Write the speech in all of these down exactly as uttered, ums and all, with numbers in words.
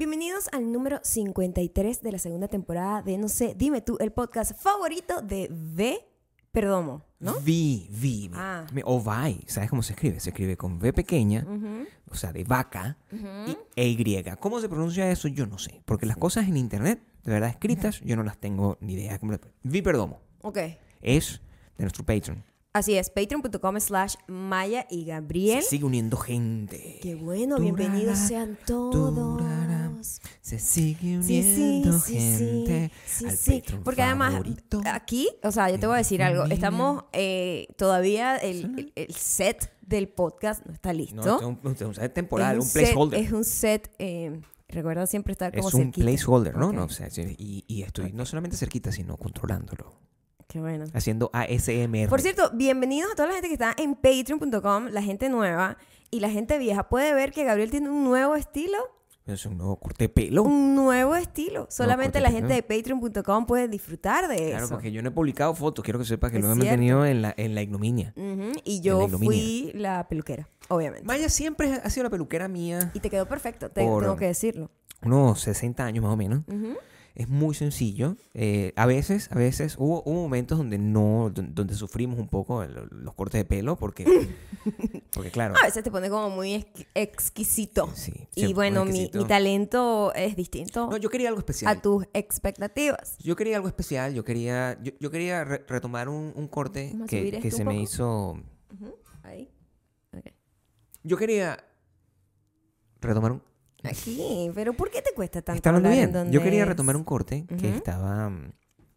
Bienvenidos al número cincuenta y tres de la segunda temporada de No sé, dime tú, el podcast favorito de V Perdomo, ¿no? V, V, Ah. o Vi, ¿sabes cómo se escribe? Se escribe con V pequeña, Uh-huh. o sea, de vaca, Uh-huh. y E Y. ¿Cómo se pronuncia eso? Yo no sé, porque las cosas en internet, de verdad escritas, yo no las tengo ni idea. V Perdomo Ok. es de nuestro Patreon. Así es, patreon.com slash Maya y Gabriel. Se sigue uniendo gente. Qué bueno, Durará, bienvenidos sean todos. durará. Se sigue Sí, sí, uniendo sí, gente sí, sí, al sí. Patreon Porque además favorito. aquí, o sea, yo te voy a decir algo, Familia. estamos eh, todavía, el, el, el set del podcast no está listo. No, esto es un, esto es un set temporal, Es un, set- placeholder. Es un set, eh, recuerda siempre estar como Es un cerquita. placeholder, ¿no? Ok. no o sea, sí, y, y estoy no solamente cerquita, sino controlándolo. Qué bueno. Haciendo A S M R. Por cierto, bienvenidos a toda la gente que está en patreon punto com, la gente nueva y la gente vieja. Puede ver que Gabriel tiene un nuevo estilo, Es un nuevo corte de pelo. un nuevo estilo. Solamente corte la de gente pelo. de patreon punto com puede disfrutar de Claro, eso. porque yo no he publicado fotos. Quiero que sepas que Es lo he cierto. mantenido en la, en la ignominia. Ujú, Y En yo la ignominia. fui la peluquera, obviamente. Maya siempre ha sido la peluquera mía. Y te quedó perfecto, te- Por- tengo que decirlo. Unos sesenta años más o menos. Ujú. Es muy sencillo. Eh, a veces, a veces hubo, hubo momentos donde no, don- donde sufrimos un poco el- los cortes de pelo porque, porque claro. A veces te pone como muy exqui- exquisito. Sí, Y siempre bueno, muy mi, exquisito. mi talento es distinto No, yo quería algo especial. a tus expectativas. Yo quería algo especial. Yo quería, yo, yo quería re- retomar un, un corte Vamos a que, subir que esto se un me poco. hizo. Ujú, Ahí. Ok. Yo quería retomar un. Aquí, pero ¿por qué te cuesta tanto Está hablando hablar bien. en donde Yo quería es? retomar un corte que Ujú. estaba mm,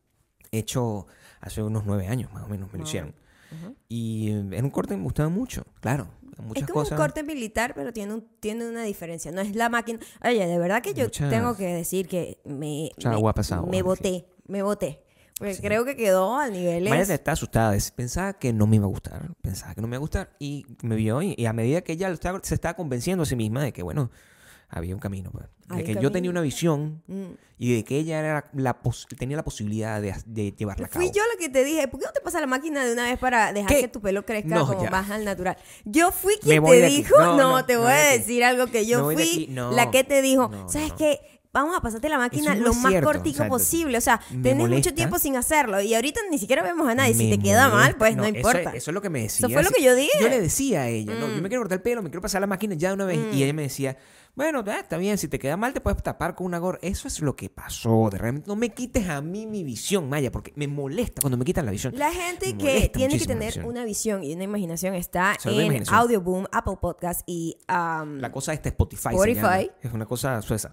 hecho hace unos nueve años, más o menos, me lo Ah, hicieron. Ujú. Y eh, era un corte que me gustaba mucho, claro. Muchas Es como cosas. un corte militar, pero tiene, un, tiene una diferencia. No es la máquina. Oye, de verdad que yo Muchas- tengo que decir que me, Mucha me, agua ha pasado, me sí. boté, me boté. Porque Sí. creo que quedó a niveles... Maya estaba asustada. des- Pensaba que no me iba a gustar. Pensaba que no me iba a gustar. Y me vio. Y, y a medida que ella lo estaba- se estaba convenciendo a sí misma de que, bueno, había un camino. Pues. Hay De que un yo camino. tenía una visión Mm. y de que ella era la pos- tenía la posibilidad de, de llevarla a cabo. Fui yo la que te dije, ¿por qué no te pasa la máquina de una vez para dejar ¿Qué? que tu pelo crezca No, como ya. más al natural? Yo fui Me quien voy te de aquí. dijo, no, No, no, te me voy voy de a aquí. decir algo que Me yo voy de fui aquí. No. la que te dijo, No, ¿sabes no. qué? Vamos a pasarte la máquina Eso no lo es más cierto. cortico O sea, posible. O sea, me tenés mucho molesta. tiempo sin hacerlo y ahorita ni siquiera vemos a nadie. Si Me te queda mal, molesta. pues no, eso- importa. Eso, es lo que me decía. Eso fue lo Sí, que yo dije. Yo le decía a ella, no, yo Mm. me quiero cortar el pelo, me quiero pasar la máquina ya de una vez. Mm. Y ella me decía, bueno, ah, está bien, si te queda mal te puedes tapar con una gorra. Eso es lo que pasó. De realmente, no me quites a mí mi visión, Maya, porque me molesta cuando me quitan la visión. La gente Me que molesta tiene que muchísimo la tener visión. una visión y una imaginación está Solo una en imaginación. Audioboom, Apple Podcast y... um, La cosa esta Spotify, Spotify. se llama. Es una cosa sueza,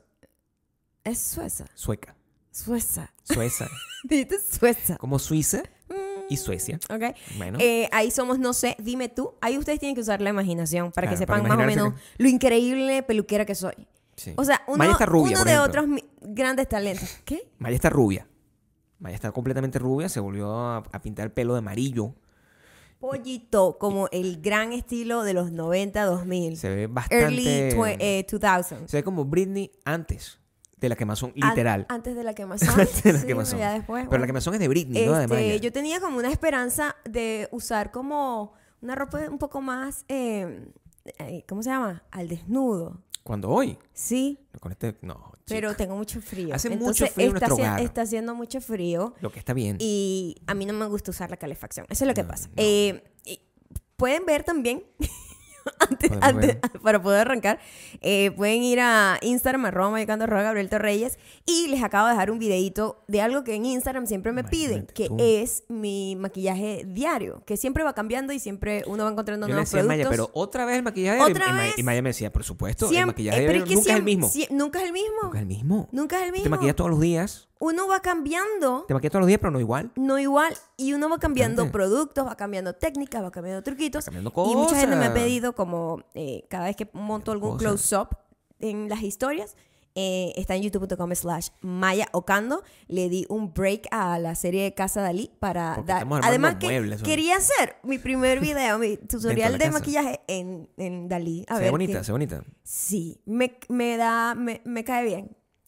es Suecia. sueca, Suecia. sueza, Dijiste Suecia. como Suiza y Suecia. Ok. Bueno, Eh, ahí somos, no sé, dime tú. Ahí ustedes tienen que usar la imaginación para que Claro, sepan para más o imaginarse menos lo increíble peluquera que soy. sí. O sea, uno, Maya está rubia, uno por de ejemplo. otros mi- grandes talentos. ¿Qué? Maya está rubia. Maya está completamente rubia, se volvió a, a pintar el pelo de amarillo. Pollito, como el gran estilo de los noventa, dos mil. Se ve bastante... Early twe- eh, dos mil. Se ve como Britney antes de la quemazón, An- literal. antes de la quemazón. Antes de la Sí, quemazón. ya después, Pero bueno. la quemazón es de Britney, ¿no? De Maya. Este, yo tenía como una esperanza de usar como una ropa un poco más, eh, eh, ¿cómo se llama? Al desnudo. Cuando hoy, Sí, con este... No, pero chica. tengo mucho frío. Hace Entonces, mucho frío en está, nuestro haci- hogar. está haciendo mucho frío Lo que está bien. y a mí no me gusta usar la calefacción. Eso es lo que No, pasa. no. Eh, y pueden ver también, antes, Podemos antes- ver. para poder arrancar, eh, pueden ir a Instagram, arroba mayocando, arroba Gabriel Torreyes, y les acabo de dejar un videito de algo que en Instagram siempre me piden, Imagínate que tú. es mi maquillaje diario, que siempre va cambiando y siempre uno va encontrando Yo le nuevos decía a Maya, productos. pero otra vez el maquillaje. ¿Otra y, y Ma- vez? y Maya me decía, por supuesto, el Siempre- maquillaje eh, pero es que nunca es el siempre- mismo. sie- nunca es el mismo. Nunca es el mismo. Nunca es el Te mismo. maquillas todos los días. Uno va cambiando. Te maquillas todos los días, pero no igual. No igual. Y uno va cambiando Bastante. productos, va cambiando técnicas, va cambiando truquitos. Va cambiando Y mucha gente me ha cosas. pedido como eh, cada vez que monto algún Cosas. close-up en las historias, eh, está en youtube.com slash Maya Ocando. Le di un break a la serie de Casa Dalí para Porque dar... estamos armando Además que muebles, ¿no? quería hacer mi primer video, mi tutorial la de casa. maquillaje en, en Dalí. A se ver ve bonita, qué- se ve bonita. Sí, me, me da... Me, me cae bien.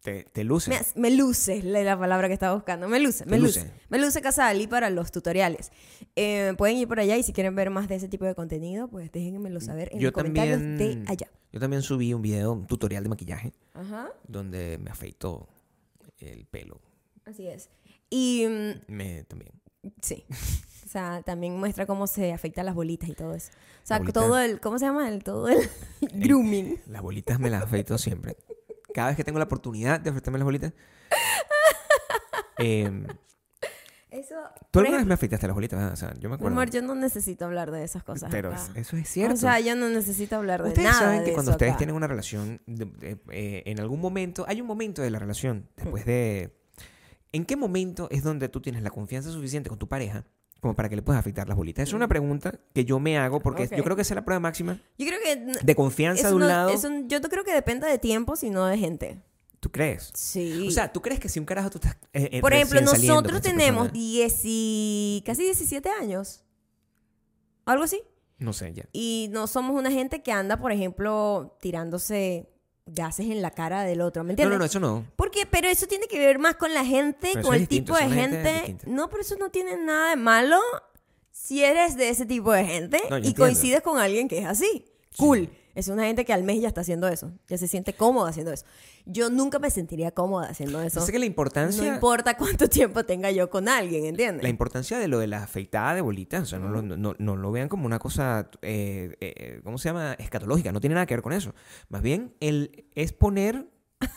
Te, te luce. Me, me luce la, la palabra que estaba buscando. Me luce, me luce. luce. Me luce Casa Dalí para los tutoriales. Eh, pueden ir por allá y si quieren ver más de ese tipo de contenido, pues déjenmelo saber en Yo los comentarios también, de allá. Yo también subí un video, un tutorial de maquillaje, Ajá. donde me afeito el pelo. Así es. Y mm, Me también. sí. O sea, también muestra cómo se afectan las bolitas y todo eso. O sea, Bolita. todo el, ¿cómo se llama? El, todo el grooming. Las bolitas me las afeito siempre. Cada vez que tengo la oportunidad de afeitarme las bolitas. Eh, Eso, ¿Tú por alguna vez ejemplo, me afeitaste las bolitas? ¿Verdad? O sea, yo me mi acuerdo. amor, yo no necesito hablar de esas cosas Pero acá. es- eso es cierto. O sea, yo no necesito hablar de Ustedes nada saben de que cuando eso ustedes acá. tienen una relación, de- de- eh, en algún momento, hay un momento de la relación, después de... ¿En qué momento es donde tú tienes la confianza suficiente con tu pareja como para que le puedas afeitar las bolitas? Es una pregunta que yo me hago porque Ok. yo creo que esa es la prueba máxima Yo creo que... de confianza eso de un no- lado. eso yo no creo que dependa de tiempo, sino de gente. ¿Tú crees? Sí. O sea, ¿tú crees que si un carajo tú estás eh, eh, por ejemplo, recién saliendo nosotros con esa tenemos persona? diez y- casi diecisiete años. Algo así. No sé, ya. Y no somos una gente que anda, por ejemplo, tirándose gases en la cara del otro. ¿Me No, entiendes? no, no, eso no. Porque, pero eso tiene que ver más con la gente, Pero eso con es el distinto, tipo de son gente gente. distinta. No, pero eso no tiene nada de malo si eres de ese tipo de gente No, yo y entiendo. coincides con alguien que es así. Cool. Es una gente que al mes ya está haciendo eso. Ya se siente cómoda haciendo eso. Yo nunca me sentiría cómoda haciendo eso. Sé que la importancia... No importa cuánto tiempo tenga yo con alguien, ¿entiendes? La importancia de lo de la afeitada de bolitas, o sea, no, lo, no, no lo vean como una cosa, eh, eh, ¿cómo se llama? Escatológica, no tiene nada que ver con eso. Más bien, el, es poner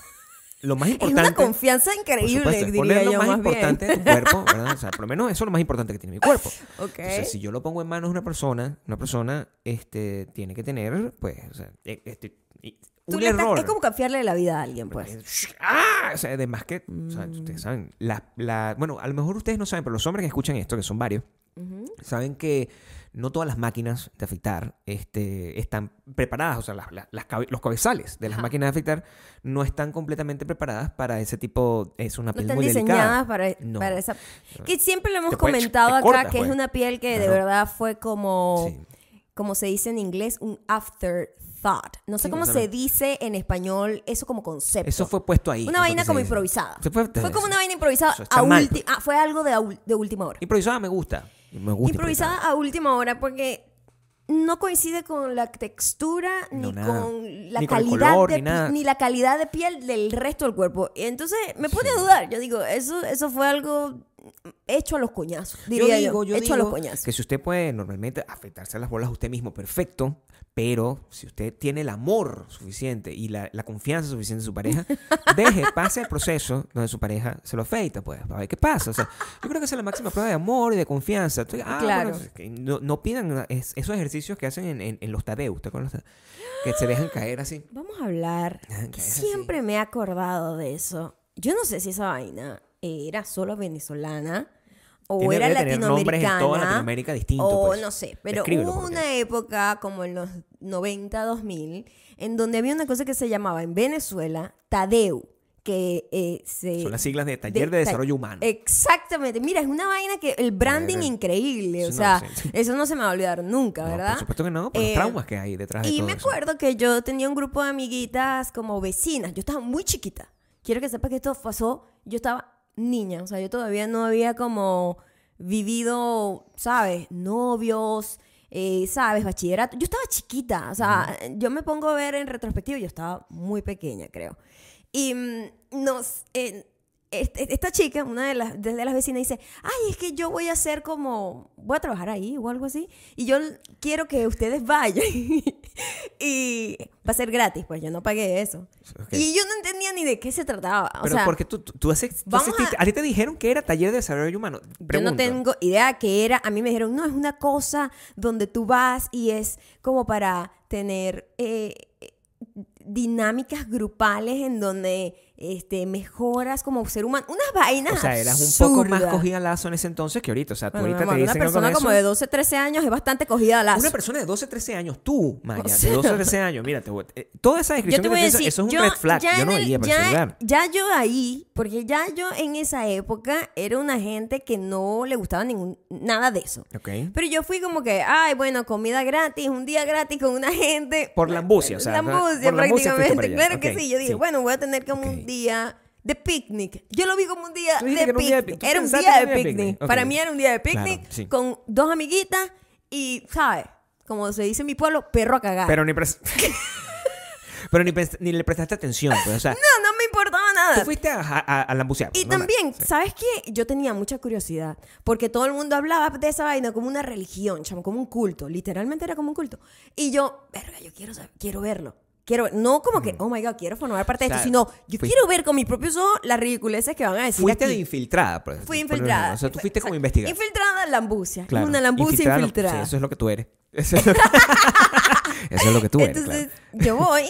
lo más Es importante... una confianza por increíble, supuesto, es diría poner lo yo, más, más importante bien. de tu cuerpo, ¿verdad? O sea, por lo menos eso es lo más importante que tiene mi cuerpo. Ok. Entonces, si yo lo pongo en manos de una persona, una persona este, tiene que tener, pues, o sea, e- este, y- Tú un le estás- error. es como confiarle la vida a alguien, pues. ¡Ah! O sea, además que, o sea, Mm. ustedes saben, la, la, bueno, a lo mejor ustedes no saben, pero los hombres que escuchan esto, que son varios, Ujú. saben que no todas las máquinas de afeitar este, están preparadas, o sea, las, las- las cabe- los cabezales de las Ajá. máquinas de afeitar no están completamente preparadas para ese tipo, es una No piel están muy diseñadas delicada. para, No. para esa... Que siempre lo hemos Te puede- comentado te acá, cortas, que pues. es una piel que de Ajá. verdad fue como... Sí. Como se dice en inglés, un afterthought. No sé Sí, cómo o sea, se dice en español eso como concepto. Eso fue puesto ahí. Una es lo vaina que se como dice. improvisada. Se fue, Fue como una vaina improvisada. Eso está a mal, ulti- pues. ah, fue algo de, a ul- de última hora. Improvisada me gusta. Me gusta Improvisada a última hora porque no coincide con la textura No, ni nada. con la Ni con el calidad color, de ni nada. pi- ni la calidad de piel del resto del cuerpo. Entonces me pone a dudar. Yo digo, eso eso fue algo hecho a los coñazos, diría yo. digo, yo hecho a los digo coñazos. que si usted puede normalmente afeitarse las bolas usted mismo, perfecto. Pero si usted tiene el amor suficiente y la, la confianza suficiente en su pareja, deje, pase el proceso donde su pareja se lo afeita, pues, a ver qué pasa. O sea, yo creo que esa es la máxima prueba de amor y de confianza. Tú- ah, Claro. bueno, que no, no pidan es- esos ejercicios que hacen en, en, en los tadeus, ¿te acuerdas? Que se dejan caer así. Vamos a hablar. Dejan caer así. Siempre me he acordado de eso. Yo no sé si esa vaina era solo venezolana o Tiene- era debe tener nombres en latinoamericana. toda Latinoamérica distintos, O pues. no sé, pero Descríbelo, hubo porque- una época como en los noventa, dos mil, en donde había una cosa que se llamaba en Venezuela Tadeu, que eh, se... Son las siglas de Taller de, ta- Desarrollo Humano. Exactamente. Mira, es una vaina que el branding Verga. increíble. O Eso no, sea, sí. eso no se me va a olvidar nunca, No, ¿verdad? por supuesto que no, por los Eh, traumas que hay detrás de Y todo me eso. acuerdo que yo tenía un grupo de amiguitas como vecinas. Yo estaba muy chiquita. Quiero que sepas que esto pasó. Yo estaba niña. O sea, yo todavía no había como vivido, ¿sabes? Novios, eh, ¿sabes? Bachillerato. Yo estaba chiquita. O sea, yo me pongo a ver en retrospectiva. Yo estaba muy pequeña, creo. Y mm, nos... eh, este- esta chica, una de las, de las vecinas, dice, ay, es que yo voy a hacer como, voy a trabajar ahí o algo así, y yo quiero que ustedes vayan, y va a ser gratis, pues yo no pagué eso. Ok. Y yo no entendía ni de qué se trataba. O Pero sea, porque tú, tú, tú haces- tú vamos asististe- a- a... ti te dijeron que era Taller de Desarrollo Humano. yo no Pregunto. tengo idea qué era. A mí me dijeron, no, es una cosa donde tú vas y es como para tener eh, dinámicas grupales en donde este, mejoras como ser humano. Unas vainas O sea, eras un poco más absurdas. cogida a lazo en ese entonces que ahorita. O sea, tú Bueno, mi ahorita amor, te una dicen algo persona de como eso. de doce, trece años es bastante cogida a lazo. Una persona de doce, trece años, tú, Maya, O sea, de doce, trece años, mira, te voy a- eh, toda esa Yo descripción te que voy a te decir, eso es un yo, red flag. ya Yo no en el- iría para ese ya, lugar. ya yo ahí, porque ya yo en esa época era una gente que no le gustaba ningún, nada de eso. Ok. Pero yo fui como que, ay, bueno, comida gratis, un día gratis con una gente. Por la ambucia, o sea, La ambucia, por la ambucia fuiste prácticamente. para allá. Claro Ok, que sí. Yo dije, sí. bueno, voy a tener como Ok. un día de picnic. Yo lo vi como un día Tú de dijiste que era un día de picnic. pi- tú Era un pensaste día que de era un día de picnic. picnic. Para Ok. mí era un día de Claro, picnic sí. con dos amiguitas y, ¿sabes? Como se dice en mi pueblo, perro a cagar. Pero ni, pres- Pero ni, pres- ni le prestaste atención, pues. O sea, no, no me importaba nada. tú fuiste a, a, a lambucear. Y pues, normal. también, Sí. ¿sabes qué? Yo tenía mucha curiosidad, porque todo el mundo hablaba de esa vaina como una religión, chamo, como un culto. Literalmente era como un culto. Y yo, verga, yo quiero saber, quiero verlo. Quiero ver. No como que, oh my God, quiero formar parte de O sea, esto, sino yo fuiste- quiero ver con mis propios ojos las ridiculeces que van a decir Fuiste aquí. de infiltrada, pues. Fui por lo infiltrada. menos. O sea, tú fuiste como Exacto. investigar. Infiltrada lambucia. Claro. Una lambucia Infiltrada, infiltrada. Sí, eso es lo que tú eres. Eso es lo que, eso es lo que tú eres, Entonces, claro. yo voy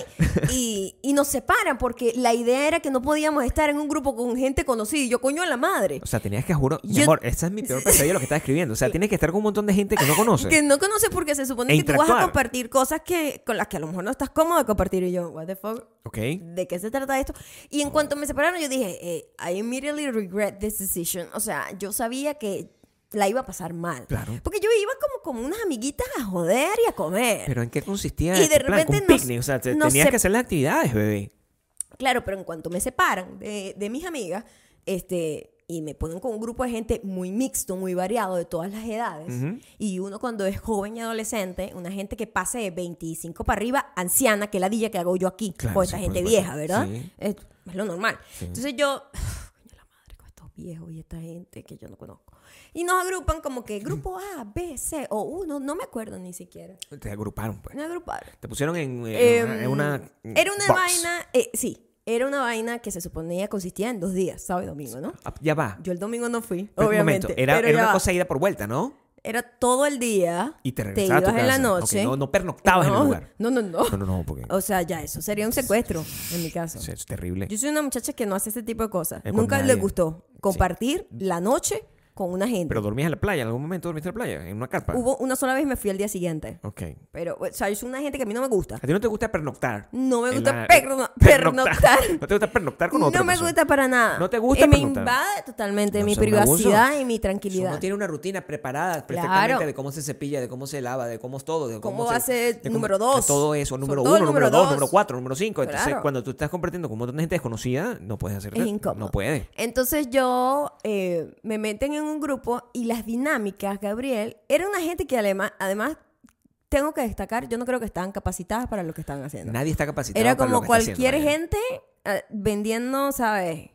y, y nos separan porque la idea era que no podíamos estar en un grupo con gente conocida. Y yo, coño, a la madre. O sea, tenías que, juro, mi Yo- amor, esa es mi peor pesadilla lo que estás escribiendo. O sea, tienes que estar con un montón de gente que no conoces. Que no conoces porque se supone E que tú vas a interactuar. compartir cosas que, con las que a lo mejor no estás cómodo de compartir. Y yo, what the fuck, ¿Ok? ¿de qué se trata esto? Y en cuanto me separaron, yo dije, eh, I immediately regret this decision. O sea, yo sabía que la iba a pasar mal. Claro. Porque yo iba como con unas amiguitas a joder y a comer. Pero ¿en qué consistía Y de este plan? repente Un nos- picnic. O sea, te- nos tenías sep- que hacer las actividades, bebé. Claro, pero en cuanto me separan de, de mis amigas, este, y me ponen con un grupo de gente muy mixto, muy variado, de todas las edades, Ujú. y uno cuando es joven y adolescente, una gente que pase de veinticinco para arriba, anciana, que la dilla que hago yo aquí, Claro, con sí, esta por gente supuesto. vieja, ¿verdad? Sí. Es, es lo normal. Sí. Entonces yo, coño la madre, con estos viejos y esta gente que yo no conozco. Y nos agrupan como que grupo A, B, C, o uno, no me acuerdo ni siquiera. Te agruparon, pues. Me agruparon. Te pusieron en, en una, Em, en una Era una box. vaina, eh, sí, era una vaina que se suponía consistía en dos días, sábado y domingo, ¿no? Ah, ya va. Yo el domingo no fui, Pero un obviamente. momento, era, pero era ya una va. cosa ida por vuelta, ¿no? Era todo el día. Y te te regresabas a tu ibas en la casa. noche. Ok, no, no pernoctabas en el No, lugar. No, no, no. No, no, no, porque O sea, ya eso sería un secuestro, en mi caso. o sea, es terrible. Yo soy una muchacha que no hace ese tipo de cosas. Eh, con Nunca nadie. le gustó compartir la noche con una gente. Pero dormías en la playa, en algún momento dormiste en la playa, en una carpa. Hubo una sola vez y me fui al día siguiente. Ok. Pero, o sea, yo soy una gente que a mí no me gusta. ¿A ti no te gusta pernoctar? No me En gusta la- perno- pernoctar. ¿No te gusta pernoctar con No otra me persona? gusta para nada. ¿No te gusta Y me pernoctar? invade totalmente No, mi eso es un abuso. privacidad y mi Uno tranquilidad. tiene una rutina preparada perfectamente Claro. de cómo se cepilla, de cómo se lava, de cómo es todo. De ¿Cómo se- va a ser de cómo- número de dos? todo eso, Sobre número todo el uno, número número dos, número dos. cuatro, número cinco. Entonces, Claro. cuando tú estás compartiendo con un montón de gente desconocida, no puedes hacer Es incómodo. No puedes. Entonces yo eh, me meten en un grupo y las dinámicas, Gabriel, era una gente que además, además tengo que destacar, yo no creo que estaban capacitadas para lo que estaban haciendo. Nadie está capacitado Era para lo como que está haciendo, cualquier Maya. gente eh, vendiendo, ¿sabes?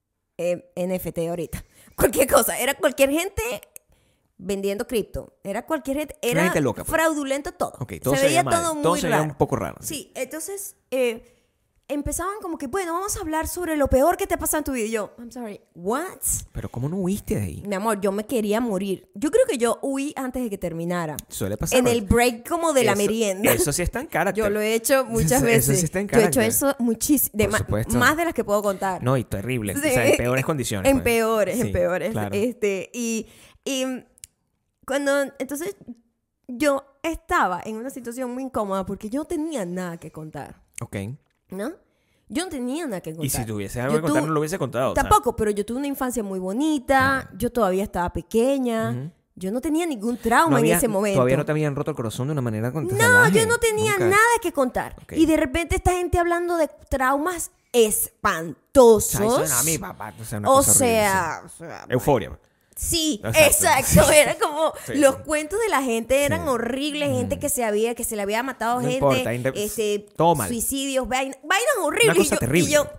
Eh, N F T ahorita. Cualquier cosa. Era cualquier gente vendiendo cripto. Era cualquier gente. Era gente loca, pues. fraudulento todo. Ok, todo se se veía veía mal. todo muy Todo se veía raro. un poco raro. Sí, entonces eh, empezaban como que, bueno, vamos a hablar sobre lo peor que te pasa en tu vida. Y yo, I'm sorry, what? Pero ¿cómo no huiste de ahí? Mi amor, yo me quería morir. Yo creo que yo huí antes de que terminara. Suele pasar. En el break como de la Eso- merienda. Eso sí está en carácter. Yo lo he hecho muchas Eso- veces. eso sí está en yo he hecho carácter. eso muchísimo. Por supuesto. Más de las que puedo contar. No, y terrible. Sí. O sea, en peores condiciones. En pues. peores, Sí, en peores. Claro. Este, y, y cuando, entonces, yo estaba en una situación muy incómoda porque yo no tenía nada que contar, Ok. ¿no? Yo no tenía nada que contar. Y si tuviese algo Yo que contar, tu- no lo hubiese contado. o sea. Tampoco, pero yo tuve una infancia muy bonita, yo todavía estaba pequeña, Ujú. yo no tenía ningún trauma No había- en ese momento. Todavía no te habían roto el corazón de una manera con No, yo no tenía nada que contar. Ok. Y de repente esta gente hablando de traumas O espantosos. sea, eso era a mí, papá. O sea, una O cosa horrible, sea, o sea, sí. Euforia. sí, Exacto. exacto. Era como Sí, los sí. cuentos de la gente eran Sí. horribles, gente que se había, que se le había matado No gente, importa, inte- este, todo mal. suicidios, vaina- vainas horribles. Una cosa y yo, terrible. y yo,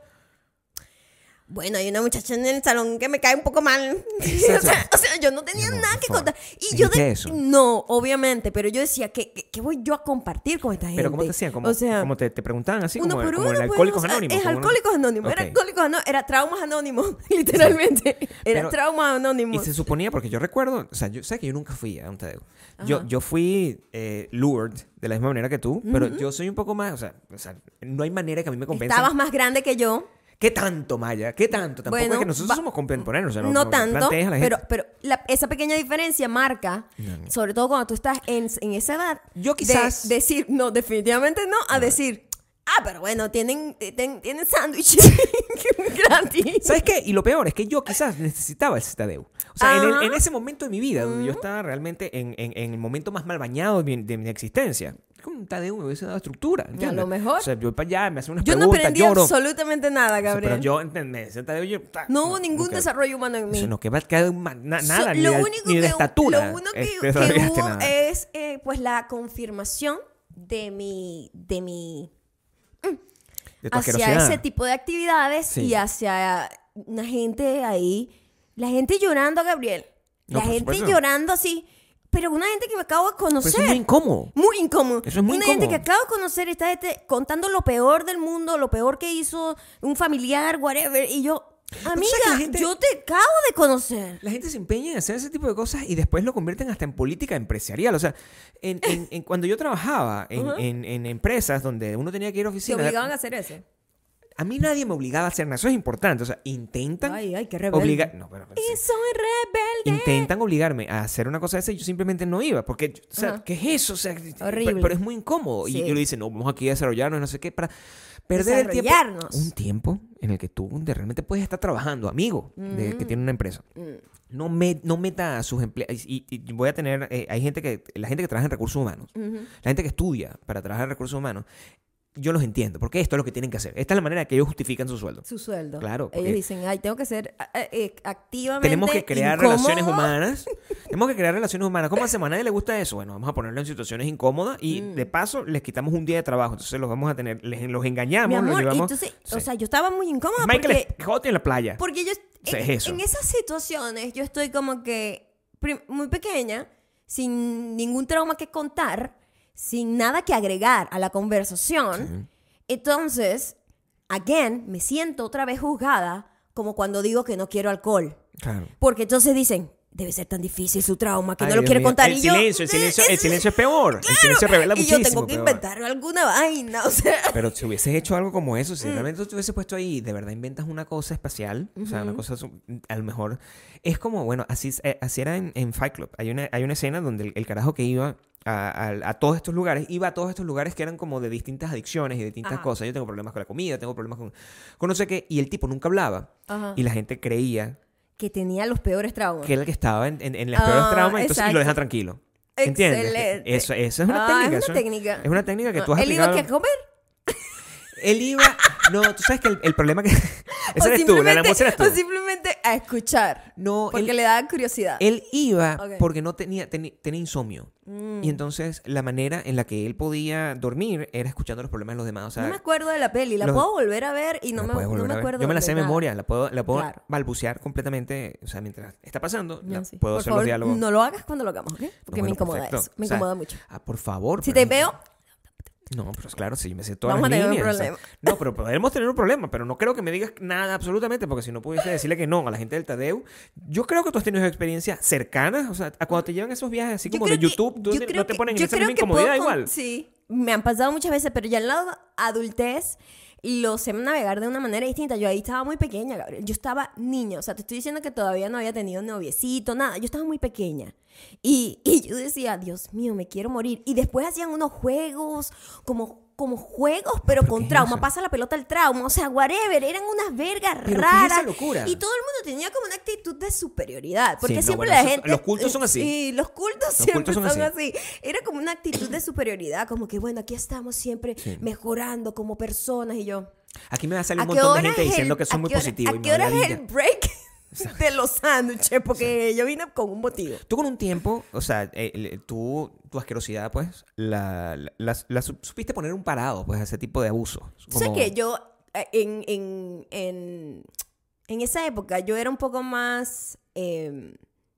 bueno, hay una muchacha en el salón que me cae un poco mal. o, Exacto. sea, o sea, yo no tenía Mi amor, nada por que favor. contar. Y yo ¿Dijiste de, eso? no, obviamente, pero yo decía, ¿qué, qué, qué voy yo a compartir con esta gente? Pero ¿cómo te hacían? ¿Cómo, o sea, cómo te, te preguntaban así? uno como, por como uno, en pues, Alcohólicos o sea, Anónimos. Es como uno- Alcohólicos Anónimos. Era Ok. Alcohólicos Anónimos. Era Traumas Anónimos, literalmente. Era Pero- Traumas Y Anónimos. se suponía, porque yo recuerdo, o sea, yo sé que yo nunca fui a un Tadeo. Yo, Ajá. yo fui eh, lured de la misma manera que tú, pero yo soy un poco más, o sea, o sea, no hay manera que a mí me convenza. Estabas más grande que yo. ¿Qué tanto, Maya? ¿Qué tanto? Tampoco Bueno, es que nosotros va- somos contemporáneos. O sea, no, No no tanto, plantees a la gente. pero, pero la- esa pequeña diferencia marca, No, no. sobre todo cuando tú estás en, en esa edad, Yo de quizás- decir, no, definitivamente no, a decir, ah, pero bueno, tienen, tienen, tienen sándwich gratis. ¿Sabes qué? Y lo peor es que yo quizás necesitaba ese Tadeo. O sea, en, el- Ajá. en ese momento de mi vida, donde yo estaba realmente en, en- en el momento más mal bañado de mi, de mi existencia, Como un Tadeo me hubiese dado estructura, ¿entiendes? A lo mejor. O sea, yo para allá, me hacen unas Yo no preguntas, aprendí lloro. absolutamente nada, O sea, Gabriel. pero yo, ¿entendés? Ese Tadeo, yo, ta, no hubo ningún que- desarrollo humano en mí. Eso no que va a quedar ma- na- nada, So- ni, lo de, único ni de que, estatura. Lo único que, es- que desarrollaste hubo nada. es eh, pues la confirmación de mi, de mi De tu hacia asquerosidad. ese tipo de actividades Sí. y hacia una gente ahí, la gente llorando, Gabriel, No, la por gente supuesto. llorando así, pero una gente que me acabo de Pero conocer. eso es muy incómodo. Muy incómodo. Eso es muy Una gente que incómodo. acabo de conocer está este, contando lo peor del mundo, lo peor que hizo un familiar, whatever. Y yo, amiga, sabes que la gente- yo te acabo de conocer. La gente se empeña en hacer ese tipo de cosas y después lo convierten hasta en política empresarial. O sea, en, en- en- cuando yo trabajaba en, Ujú. en- en empresas donde uno tenía que ir a Te oficina, obligaban a hacer eso. a mí nadie me obligaba a hacer nada. Eso es importante. O sea, intentan Ay, ay, qué rebelde. obligar... No, pero, pero sí. Y soy rebelde. Intentan obligarme a hacer una cosa de esa y yo simplemente no iba. Porque, o sea, Ajá. ¿qué es eso? O sea, Horrible. Pero, pero es muy incómodo. Sí. Y yo le dice, no, vamos aquí a desarrollarnos, no sé qué, para perder el tiempo. Desarrollarnos. Un tiempo en el que tú de realmente puedes estar trabajando, amigo, de, que tiene una empresa. Mm. No, me, no meta a sus empleados. Y, y voy a tener. eh, hay gente que. La gente que trabaja en recursos humanos. Ujú. La gente que estudia para trabajar en recursos humanos. Yo los entiendo. Porque esto es lo que tienen que hacer. Esta es la manera que ellos justifican su sueldo. Su sueldo. Claro, porque- Ellos dicen, ay, tengo que ser eh, eh, activamente Tenemos que crear incómodo. relaciones humanas. Tenemos que crear relaciones humanas. ¿Cómo hace? A nadie le gusta eso. Bueno, vamos a ponerlo en situaciones incómodas. Y Mm. de paso, les quitamos un día de trabajo. Entonces los vamos a tener. Les, los engañamos. Mi los amor, llevamos. entonces, Sí. o sea, yo estaba muy incómoda Michael porque, Scott en la playa. porque yo, sea, en, es eso. en esas situaciones, yo estoy como que prim- muy pequeña, sin ningún trauma que contar, sin nada que agregar a la conversación. Sí. Entonces, again, me siento otra vez juzgada como cuando digo que no quiero alcohol. Claro. Porque entonces dicen, debe ser tan difícil su trauma que Ay, no lo Dios quiere mío. contar. El y yo, silencio, el silencio, el "Eh, silencio es peor. El silencio revela y muchísimo. yo tengo que peor. inventar alguna vaina, o sea. Pero si hubieses hecho algo como eso, Mm. si realmente te hubieses puesto ahí y de verdad inventas una cosa especial, o sea, una cosa, su- a lo mejor, es como, bueno, así, eh, así era en, en Fight Club. Hay una, hay una escena donde el, el carajo que iba a, a- a todos estos lugares, iba a todos estos lugares que eran como de distintas adicciones y de distintas Ajá. cosas. Yo tengo problemas con la comida, tengo problemas con, con no sé qué, y el tipo nunca hablaba. Ajá. Y la gente creía Que tenía los peores traumas. que era el que estaba en, en, en las Ah, peores traumas, entonces, y exacto. lo dejan tranquilo. ¿Entiendes? Excelente. Eso, eso es una Ah, técnica. Es eso una técnica. Es una técnica que tú has Ah, ¿Él iba aplicado. aquí a comer? Él iba... No, tú sabes que el, el problema que... Esa O eres tú, la simplemente- voz eres tú. O simplemente a escuchar. No, Porque él, le daba curiosidad. él iba Ok. porque no tenía, teni- tenía insomnio. Mm. Y entonces la manera en la que él podía dormir era escuchando los problemas de los demás. O sea, No me acuerdo de la peli. La los- puedo volver a ver y no la me, puedes no volver me a ver. acuerdo Yo me la de sé de nada. memoria, la puedo, la puedo Claro. balbucear completamente. O sea, mientras está pasando, la- No, sí. puedo Por hacer favor, los diálogos. no lo hagas cuando lo hagamos, ¿ok? Porque No, me bueno, incomoda perfecto. eso. Me O sea, incomoda mucho. Ah, por favor. Si pero- te veo, No, pero claro, si me sé todas Vamos las a tener un líneas, o sea, problema. no, pero podemos tener un problema, pero no creo que me digas nada absolutamente, porque si no pudiese decirle que no a la gente del Tadeu. Yo creo que tú has tenido experiencias cercanas, o sea, a cuando te llevan esos viajes así yo como creo de que- YouTube, tú yo te- creo no te que- ponen en yo esa creo misma que incomodidad puedo con- igual. Sí, me han pasado muchas veces, pero ya en la adultez lo sé navegar de una manera distinta. Yo ahí estaba muy pequeña, Gabriel. Yo estaba niña. O sea, te estoy diciendo que todavía no había tenido noviecito, nada. Yo estaba muy pequeña. Y, y yo decía, Dios mío, me quiero morir. Y después hacían unos juegos, como, como juegos, pero ¿pero con qué es trauma. eso? Pasa la pelota al trauma. O sea, whatever. Eran unas vergas ¿Pero qué es raras. esa locura? Y todo el mundo tenía como una actitud de superioridad. Porque no, siempre bueno, la eso- gente... los cultos son así. Sí, los cultos Los siempre cultos son son, así. así. Era como una actitud de superioridad. Como que, bueno, aquí estamos siempre Sí. mejorando como personas. Y yo... Aquí me va a salir ¿A un qué montón de hora gente es el- diciendo que soy a muy qué hora- positivo. y ¿A me qué hora vale es ladilla. el break de los sándwiches? Porque yo vine con un motivo. Tú con un tiempo, o sea, eh, le- tú, tu asquerosidad, pues, la, la, la- la su- supiste poner un parado, pues, a ese tipo de abuso. Tú sabes que yo, eh, en, en, en, en esa época, yo era un poco más... eh,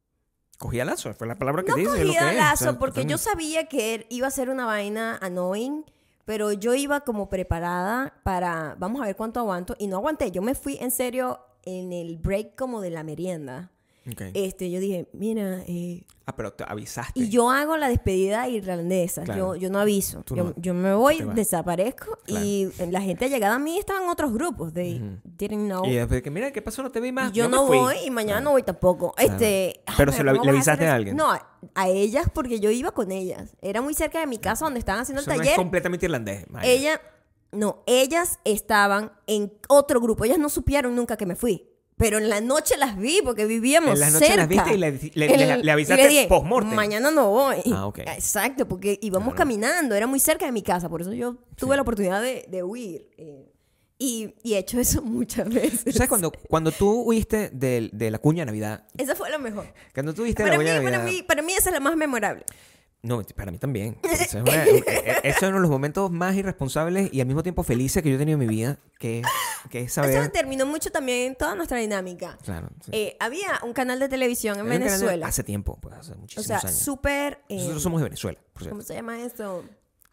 Cogía lazo, fue la palabra que no dice. es lo cogía que es, lazo, o sea, porque yo totalmente. sabía que er- iba a ser una vaina annoying, pero yo iba como preparada para, vamos a ver cuánto aguanto, y no aguanté. Yo me fui en serio en el break como de la merienda. Ok. Este, yo dije, mira, eh, Ah, pero te avisaste. y yo hago la despedida irlandesa. Claro. Yo, yo no aviso. Tú Yo, no. yo me voy, Te vas. desaparezco. Claro. Y la gente llegada a mí estaban en otros grupos. They Ujú. didn't know. Y después de que, mira, ¿qué pasó? No te vi más. Y yo me no fui. voy y mañana Claro. no voy tampoco. Claro. Este, ay, Pero se lo- ¿cómo le vas hacer avisaste a eso? alguien. No, a, a ellas porque yo iba con ellas. Era muy cerca de mi casa donde estaban haciendo Eso el no es taller. completamente irlandés. Maya. Ella, no, ellas estaban en otro grupo. Ellas no supieron nunca que me fui. Pero en la noche las vi porque vivíamos En la noche cerca. las viste y le, le, El- le, le y le avisaste dije, post-mortem. mañana no voy. Ah, ok. Exacto, porque íbamos Claro. caminando, era muy cerca de mi casa, por eso yo tuve Sí. la oportunidad de, de huir. eh, y, y he hecho eso muchas veces. ¿Tú sabes cuando, cuando tú huiste de, de la cuña de Navidad? Esa fue lo mejor. Cuando tú huiste de Para la mí, cuña de para, Navidad... mí, para mí esa es la más memorable. No, para mí también. Eso es, una- eso es uno de los momentos más irresponsables y al mismo tiempo felices que yo he tenido en mi vida, que, que es Eso saber... determinó mucho también toda nuestra dinámica. Claro. Sí. Eh, había un canal de televisión en Hay un canal de- Venezuela. Hace tiempo, pues, hace O muchísimos sea, años. súper... eh, Nosotros somos de Venezuela, por ¿Cómo cierto. se llama esto?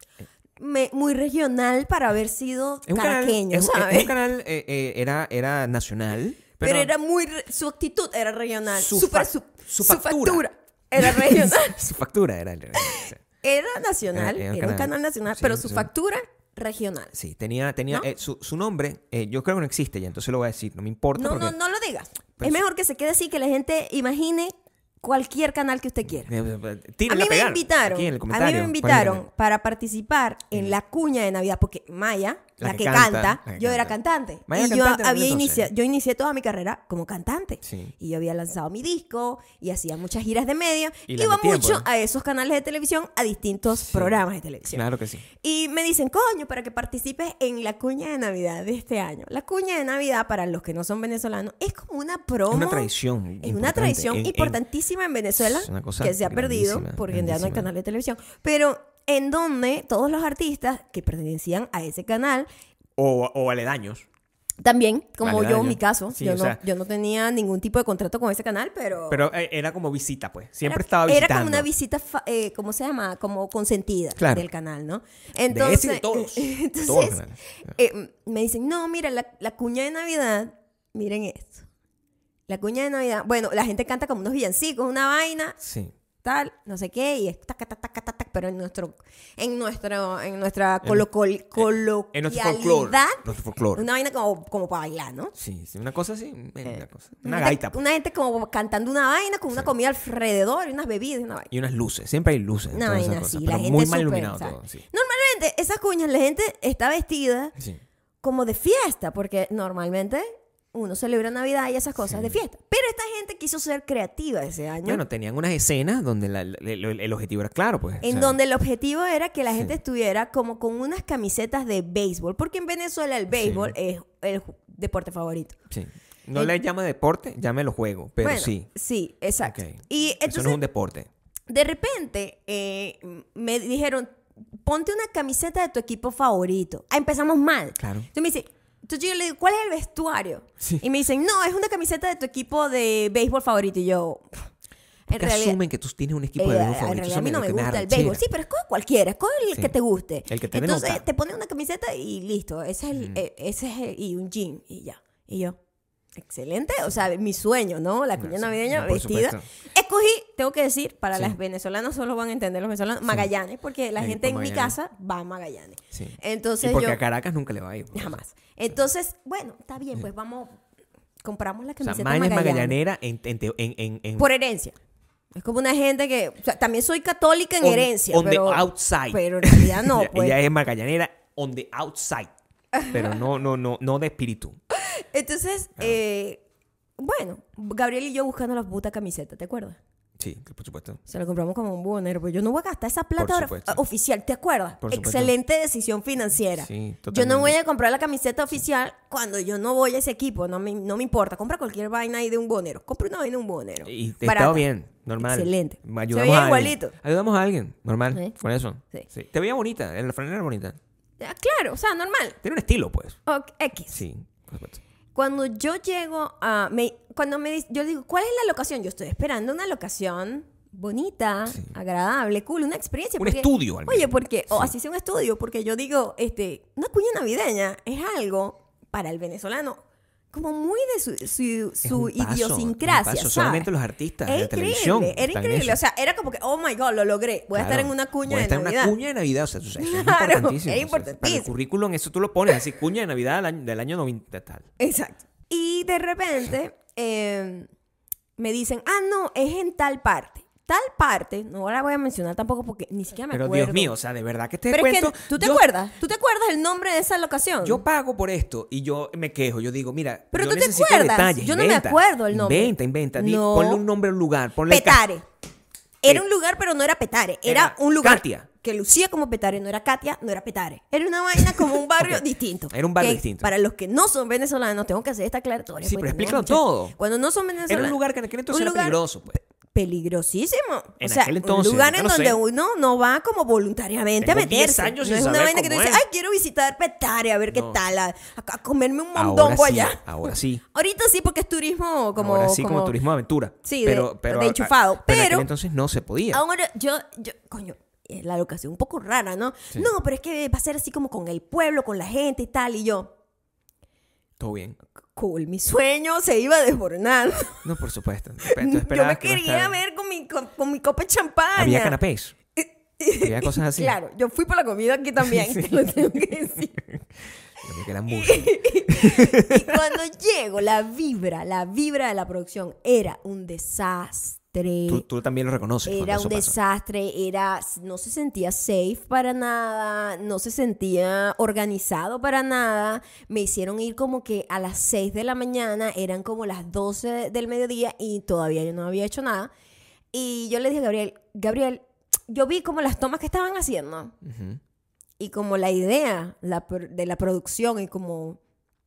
Me- muy regional para haber sido Es un canal, caraqueño, es, un- ¿sabes? es un canal eh, eh, era, era nacional, pero, Pero, era muy... re- Su actitud era regional. Su Súper fa- su, su su factura. factura era regional. su factura era... el- sí. Era nacional, Era- era, era un un canal. canal nacional, Sí, pero su sí. factura regional. Sí, tenía, tenía ¿No? eh, su, su nombre, eh, yo creo que no existe ya, entonces lo voy a decir, no me importa. No, porque, no, no lo digas. Pero es sí. mejor que se quede así, que la gente imagine cualquier canal que usted quiera. Eh, eh, A tírenla mí a me pegar invitaron, aquí en el a mí comentario. me invitaron para participar en la cuña de Navidad, porque Maya, La la, que que, canta, canta, la que yo era canta. cantante. Maya y era yo cantante en había aquel iniciado, entonces. yo inicié toda mi carrera como cantante. Sí. Y yo había lanzado mi disco y hacía muchas giras de media. Y la Iba metían, mucho pues. a esos canales de televisión, a distintos Sí. programas de televisión. Claro que sí. Y me dicen, coño, para que participes en la cuña de Navidad de este año. La cuña de Navidad, para los que no son venezolanos, es como una promo. Es una tradición. Es una importante. tradición En- en- importantísima en Venezuela Es una cosa que se ha perdido grandísima, porque ya no hay grandísima. canal de televisión. Pero en donde todos los artistas que pertenecían a ese canal, O, o aledaños. también, como Vale, yo daño. en mi caso, Sí, yo, o no, sea- yo no tenía ningún tipo de contrato con ese canal, pero... Pero eh, era como visita, pues. Siempre era, estaba visitando. Era como una visita, fa- eh, ¿cómo se llama? Como consentida Claro. del canal, ¿no? De Entonces, ese y de todos. entonces Todos los canales. eh, me dicen, no, mira, la, la cuña de Navidad, miren esto. La cuña de Navidad, bueno, la gente canta como unos villancicos, una vaina, Sí. tal, no sé qué, y es tac, tac, tac, tac, tac, pero en nuestro, en nuestro, en nuestra En- colocol- En nuestro folclore. coloquialidad, Nuestro folclore. una vaina como, como para bailar, ¿no? Sí, sí, una cosa así. eh, Una, cosa. una gente- gaita. pues. Una gente como cantando una vaina con una Sí. comida alrededor y unas bebidas y una vaina. Y unas luces. Siempre hay luces. en Una todas esas vaina cosas, así, pero la gente muy mal súper, iluminado ¿sabes? todo. Sí. Normalmente, esas cuñas, la gente está vestida Sí. como de fiesta, porque normalmente uno celebra Navidad y esas cosas Sí. de fiesta. Pero esta gente quiso ser creativa ese año, Bueno, tenían unas escenas donde la- la- el, el objetivo era claro, pues. o en sea, donde el objetivo era que la Sí. gente estuviera como con unas camisetas de béisbol, porque en Venezuela el béisbol es el ju- deporte favorito. Sí. No El- le llame deporte, llámelo juego, pero Bueno, sí. Sí, exacto. Ok. Y Eso entonces, no es un deporte. de repente, eh, me dijeron, ponte una camiseta de tu equipo favorito. Ah, empezamos mal. Claro. Entonces me dice, entonces yo le digo, ¿cuál es el vestuario? Sí. Y me dicen, no, es una camiseta de tu equipo de béisbol favorito. Y yo, en Porque realidad, asumen que tú tienes un equipo eh, de béisbol en favorito. realidad Eso a mí no lo me que da gusta el rechera. béisbol. Sí, pero escoge cualquiera, escoge el Sí. que te guste. El que te dé Entonces nota. te ponen una camiseta y listo. Ese es el, eh, ese es el- y un jean y ya. Y yo, excelente. O sea, mi sueño, ¿no? La cuña Sí, navideña no, por vestida. supuesto. Escogí, tengo que decir, para Sí. las venezolanas solo van a entender los venezolanos, Magallanes, porque la Sí, gente en por mi Magallanes. casa va a Magallanes. Sí. Entonces Y porque yo, a Caracas nunca le va a ir. pues. jamás. Entonces, bueno, está bien, pues vamos, compramos la O sea, camiseta Maya es Magallanes. magallanera en, en, teo- en, en, en- Por herencia. Es como una gente que, o sea, también soy católica en on- herencia, on pero, the outside. pero en realidad no, Ella- pues. Ella es magallanera on the outside. Pero no, no, no, no de espíritu. Entonces, eh, bueno, Gabriel y yo buscando la puta camiseta, ¿te acuerdas? Sí, por supuesto. Se la compramos como un buhonero, pues yo no voy a gastar esa plata Por ahora- supuesto. oficial, ¿te acuerdas? Por supuesto. Excelente decisión financiera. Sí, Yo no totalmente. voy a comprar la camiseta oficial cuando yo no voy a ese equipo, no me, no me importa. Compra cualquier vaina ahí de un buhonero. Compra una vaina de un buhonero. Y te Barata. estaba bien, normal. Excelente. Ayudamos Se veía a alguien. igualito. Ayudamos a alguien, normal. Sí. Con eso. Sí. Sí. Te veía bonita, la franela era bonita. Ah, claro, o sea, normal. Tiene un estilo, pues. O- X. Sí, por supuesto. Cuando yo llego a... Me, cuando me dic- yo digo, ¿cuál es la locación? Yo estoy esperando una locación bonita, Sí. agradable, cool, una experiencia. Un porque- estudio, al Oye, menos. porque... O Sí. así sea un estudio, porque yo digo, este, una cuña navideña es algo para el venezolano como muy de su, su, Es su un paso, idiosincrasia, un paso. ¿sabes? Solamente los artistas Era de la televisión increíble, era están en increíble. eso. O sea, era como que, oh my God, lo logré. Voy a estar Claro. en una cuña Voy a de estar en Navidad. una cuña de Navidad. O sea, eso es Claro, importantísimo. era O sea, para el importantísimo. currículum, eso tú lo pones así, cuña de Navidad del año, del año noventa tal. Exacto. Y de repente eh, me dicen, ah, no, es en tal parte. tal parte, no la voy a mencionar tampoco porque ni siquiera me Pero acuerdo. Dios mío, o sea, de verdad que este Pero cuento... es que, ¿tú te yo, acuerdas? ¿Tú te acuerdas el nombre de esa locación? Yo pago por esto y yo me quejo. Yo digo, mira, Pero yo tú te necesito acuerdas. detalles. Yo no inventa, me acuerdo el nombre. Inventa, inventa. Di- No. Ponle un nombre a un lugar. Ponle el ca- Petare. Era un lugar, pero no era Petare. Era, Era un lugar Katia. que lucía como Petare. No era Katia, no era Petare. Era una vaina como un barrio Ok. distinto. Era un barrio Que distinto. Para los que no son venezolanos, tengo que hacer esta aclaratoria. Sí, porque pero tenemos explícalo mucha- todo. Cuando no son venezolanos. Era un lugar que en aquel entonces un era lugar peligroso, pues. Peligrosísimo. En o sea, aquel entonces, un lugar yo en no donde sé. uno no va como voluntariamente Tengo a meterse. diez años no sin es una saber vaina que tú cómo dices, es. ay, quiero visitar Petare, a ver qué No. tal, a, a comerme un Ahora mondongo sí, allá. ahora sí. Ahorita sí, porque es turismo como... ahora sí, como, turismo de aventura. Sí, de- pero, pero, de enchufado. Pero, en Pero- aquel entonces no se podía. Ahora, yo, yo, coño, es la locación un poco rara, ¿no? Sí. No, pero es que va a ser así como con el pueblo, con la gente y tal. Y yo, Todo bien. cool, mi sueño se iba desmoronando. No, por supuesto. Tú Yo me esperabas que iba a quería estar- ver con mi, con, con mi copa de champaña. Había canapés. Había cosas así. Claro, yo fui por la comida aquí también, Sí. te lo tengo que decir. Yo que eran muchos. Y cuando llego, la vibra, la vibra de la producción era un desastre. Tú, tú también lo reconoces. cuando Era eso un pasó. desastre, era, no se sentía safe para nada, no se sentía organizado para nada. Me hicieron ir como que a las seis de la mañana, eran como las doce del mediodía y todavía yo no había hecho nada. Y yo le dije a Gabriel, Gabriel, yo vi como las tomas que estaban haciendo Ujú. y como la idea la, pro- de la producción y como,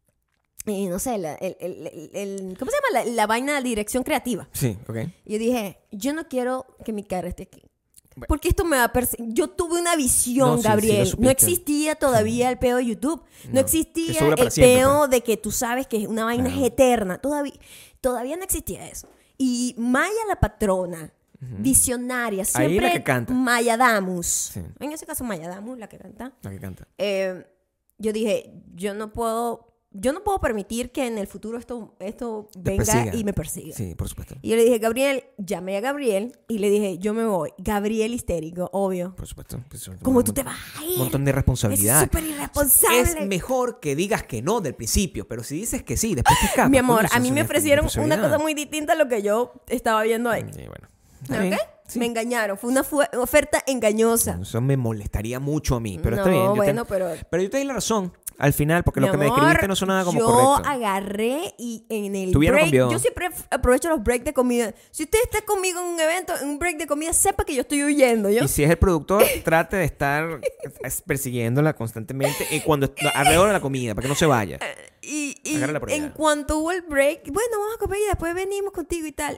y no sé, la- el, el- el- el- ¿cómo se llama? La, la vaina de dirección creativa. Sí, ok. Y yo dije, yo no quiero que mi cara esté aquí. Bueno. Porque esto me va a perseguir. Yo tuve una visión, No, sí, sí lo Gabriel. supiste. No existía todavía el peo de YouTube. No, No, existía eso dura para el siempre, peo pues. de que tú sabes que una vaina Claro. es eterna. Todavía, todavía no existía eso. Y Maya la patrona, visionaria, Ahí siempre la que canta. Maya Damus. Sí. En ese caso, Maya Damus, la que canta. La que canta. Eh, yo dije, yo no puedo... Yo no puedo permitir que en el futuro esto, esto Te venga persiga. y me persiga. Sí, por supuesto. Y yo le dije, Gabriel, llamé a Gabriel y le dije, yo me voy. Gabriel histérico, obvio. Por supuesto. Pues, ¿Cómo un- tú te vas a ir? Un montón de Es responsabilidad. súper irresponsable. Es mejor que digas que no del principio, pero si dices que sí, después te escapas. Mi amor, Coño, eso a mí es me una ofrecieron una responsabilidad. cosa muy distinta a lo que yo estaba viendo ahí. Y bueno. está ¿Ok? bien. Sí. Me engañaron. Fue una fu- oferta engañosa. Eso me molestaría mucho a mí, pero No, está bien. yo te- bueno, pero- Pero yo te di la razón al final, porque Mi lo que me amor, describiste no sonaba como yo correcto. agarré y en el Tuvieron break, convió. yo siempre f- aprovecho los breaks de comida. Si usted está conmigo en un evento, en un break de comida, sepa que yo estoy huyendo, ¿yo? Y si es el productor, trate de estar es- persiguiéndola constantemente y cuando alrededor de la comida, para que no se vaya. Y, y Agárrala por allá. en cuanto hubo el break, bueno, vamos a comer y después venimos contigo y tal.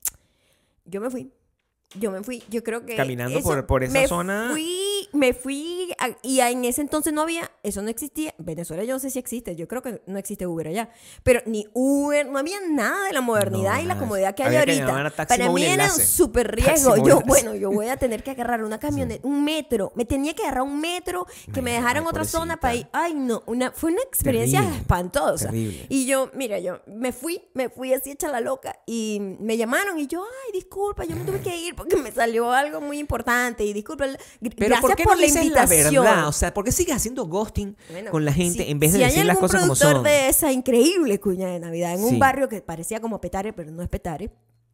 Yo me fui. Yo me fui. Yo creo que. Caminando eso- por- por esa me zona. Fui, me fui. a- y en ese entonces no había. Eso no existía. En Venezuela yo no sé si existe. Yo creo que no existe Uber allá. Pero ni Uber. No había nada de la modernidad No, y la nada. comodidad que hay Había que ahorita. llamar a Taxi Para mí Móvil era un Enlace. súper Taxi riesgo. Móvil Yo, Enlace. bueno, yo voy a tener que agarrar una camioneta, un metro. Me tenía que agarrar un metro, que me Ay, dejaran ay, otra zona pobrecita. para ir. Ay, no. Una, fue una experiencia Terrible, espantosa. terrible. Y yo, mira, yo me fui, me fui así hecha la loca y me llamaron y yo, ay, disculpa, yo me tuve que ir porque me salió algo muy importante y disculpa, gr- Pero gracias ¿por qué por no la dices invitación. la verdad? O sea, ¿por qué sigues haciendo ghosting Bueno, con la gente si- en vez de si decir hay las algún cosas como productor son? de esa increíble cuña de Navidad en Sí. un barrio que parecía como Petare, pero no es Petare,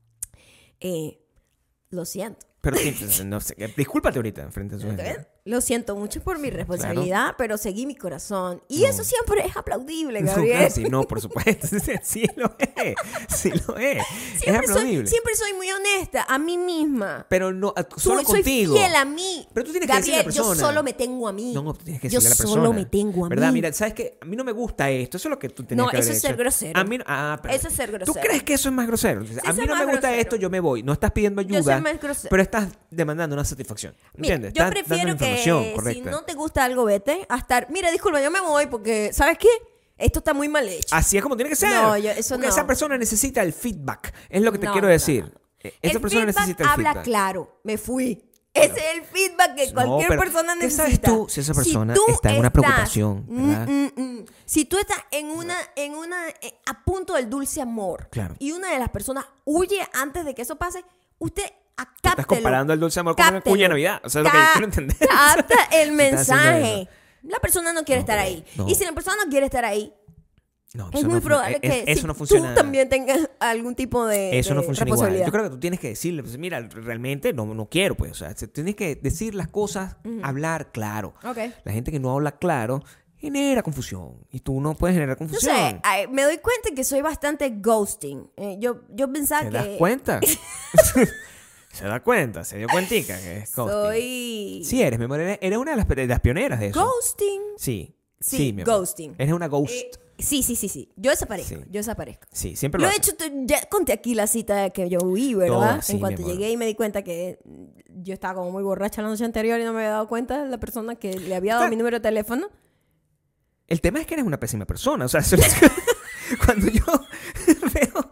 eh, lo siento. Pero sí, no sé, discúlpate ahorita frente a su ¿Ok? gente. Lo siento mucho por mi responsabilidad, pero seguí mi corazón. Y No. eso siempre es aplaudible, No, Gabriel. claro, sí, no, por supuesto. Sí, sí lo es. Sí lo es. es Siempre soy, aplaudible. siempre soy muy honesta a mí misma. Pero no, a- solo soy contigo. fiel a mí. Pero tú tienes que decirle a Gabriel, la persona. yo solo me tengo a mí. No, tú tienes que yo decirle a la persona. solo me tengo a ¿Verdad? mí. Mira, ¿sabes qué? A mí no me gusta esto. Eso es lo que tú tenías No, que haber eso es hecho. ser grosero. A mí no- ah, pero- Eso es ser grosero. ¿Tú crees que eso es más grosero? a eso mí es no me más gusta grosero. esto, yo me voy. No estás pidiendo Yo soy ayuda, más grosero. pero estás demandando una satisfacción. Mira, ¿Entiendes? yo Estás dando prefiero información que si correcta. no te gusta algo, vete a estar. Mira, disculpa, yo me voy porque, ¿sabes qué? Esto está muy mal hecho. Así es como tiene que ser. No, yo- eso Porque no. esa persona necesita el feedback. Es lo que te No, quiero no, decir. no, no. Eh, Esa El persona feedback necesita el habla feedback. claro. Me fui. Ese es el feedback que No, cualquier pero persona ¿qué necesita. sabes tú si esa persona tú está en una estás- preocupación, verdad? Mm, mm, mm. Si tú estás en una, en una, eh, a punto del dulce amor, Claro. y una de las personas huye antes de que eso pase, usted Estás acáptelo. comparando el dulce amor con una Cáptelo. cuña de Navidad. O sea, es lo que Ca- quiero entender. Capta el Estás haciendo mensaje. eso. La persona no quiere No, estar pero- ahí. no. Y si la persona no quiere estar ahí, No, es eso muy no, probable es- que eso si no funciona. tú también tengas algún tipo de, Eso de no funciona igual. responsabilidad. Yo creo que tú tienes que decirle, pues, mira, realmente no, no quiero, pues. O sea, se- tienes que decir las cosas, hablar claro. Ok. La gente que no habla claro genera confusión. Y tú no puedes generar No confusión. sé, ay, me doy cuenta que soy bastante ghosting. Eh, yo, yo pensaba ¿Te que das cuenta? Se da cuenta, se dio cuentica que es ghosting. soy Sí, eres, mi amor, eres, eres una de las, de las pioneras de eso. ghosting. Sí. Sí, mi amor. ghosting. Eres una ghost. Eh, sí, sí, sí, sí. Yo desaparezco, Sí. yo desaparezco. Sí, siempre Lo lo he haces. hecho, te- ya conté aquí la cita que yo huí, ¿verdad? Todas, sí, en mi cuanto amor. llegué y me di cuenta que yo estaba como muy borracha la noche anterior y no me había dado cuenta de la persona que le había dado Está- mi número de teléfono. El tema es que eres una pésima persona. O sea, eso es- cuando yo veo...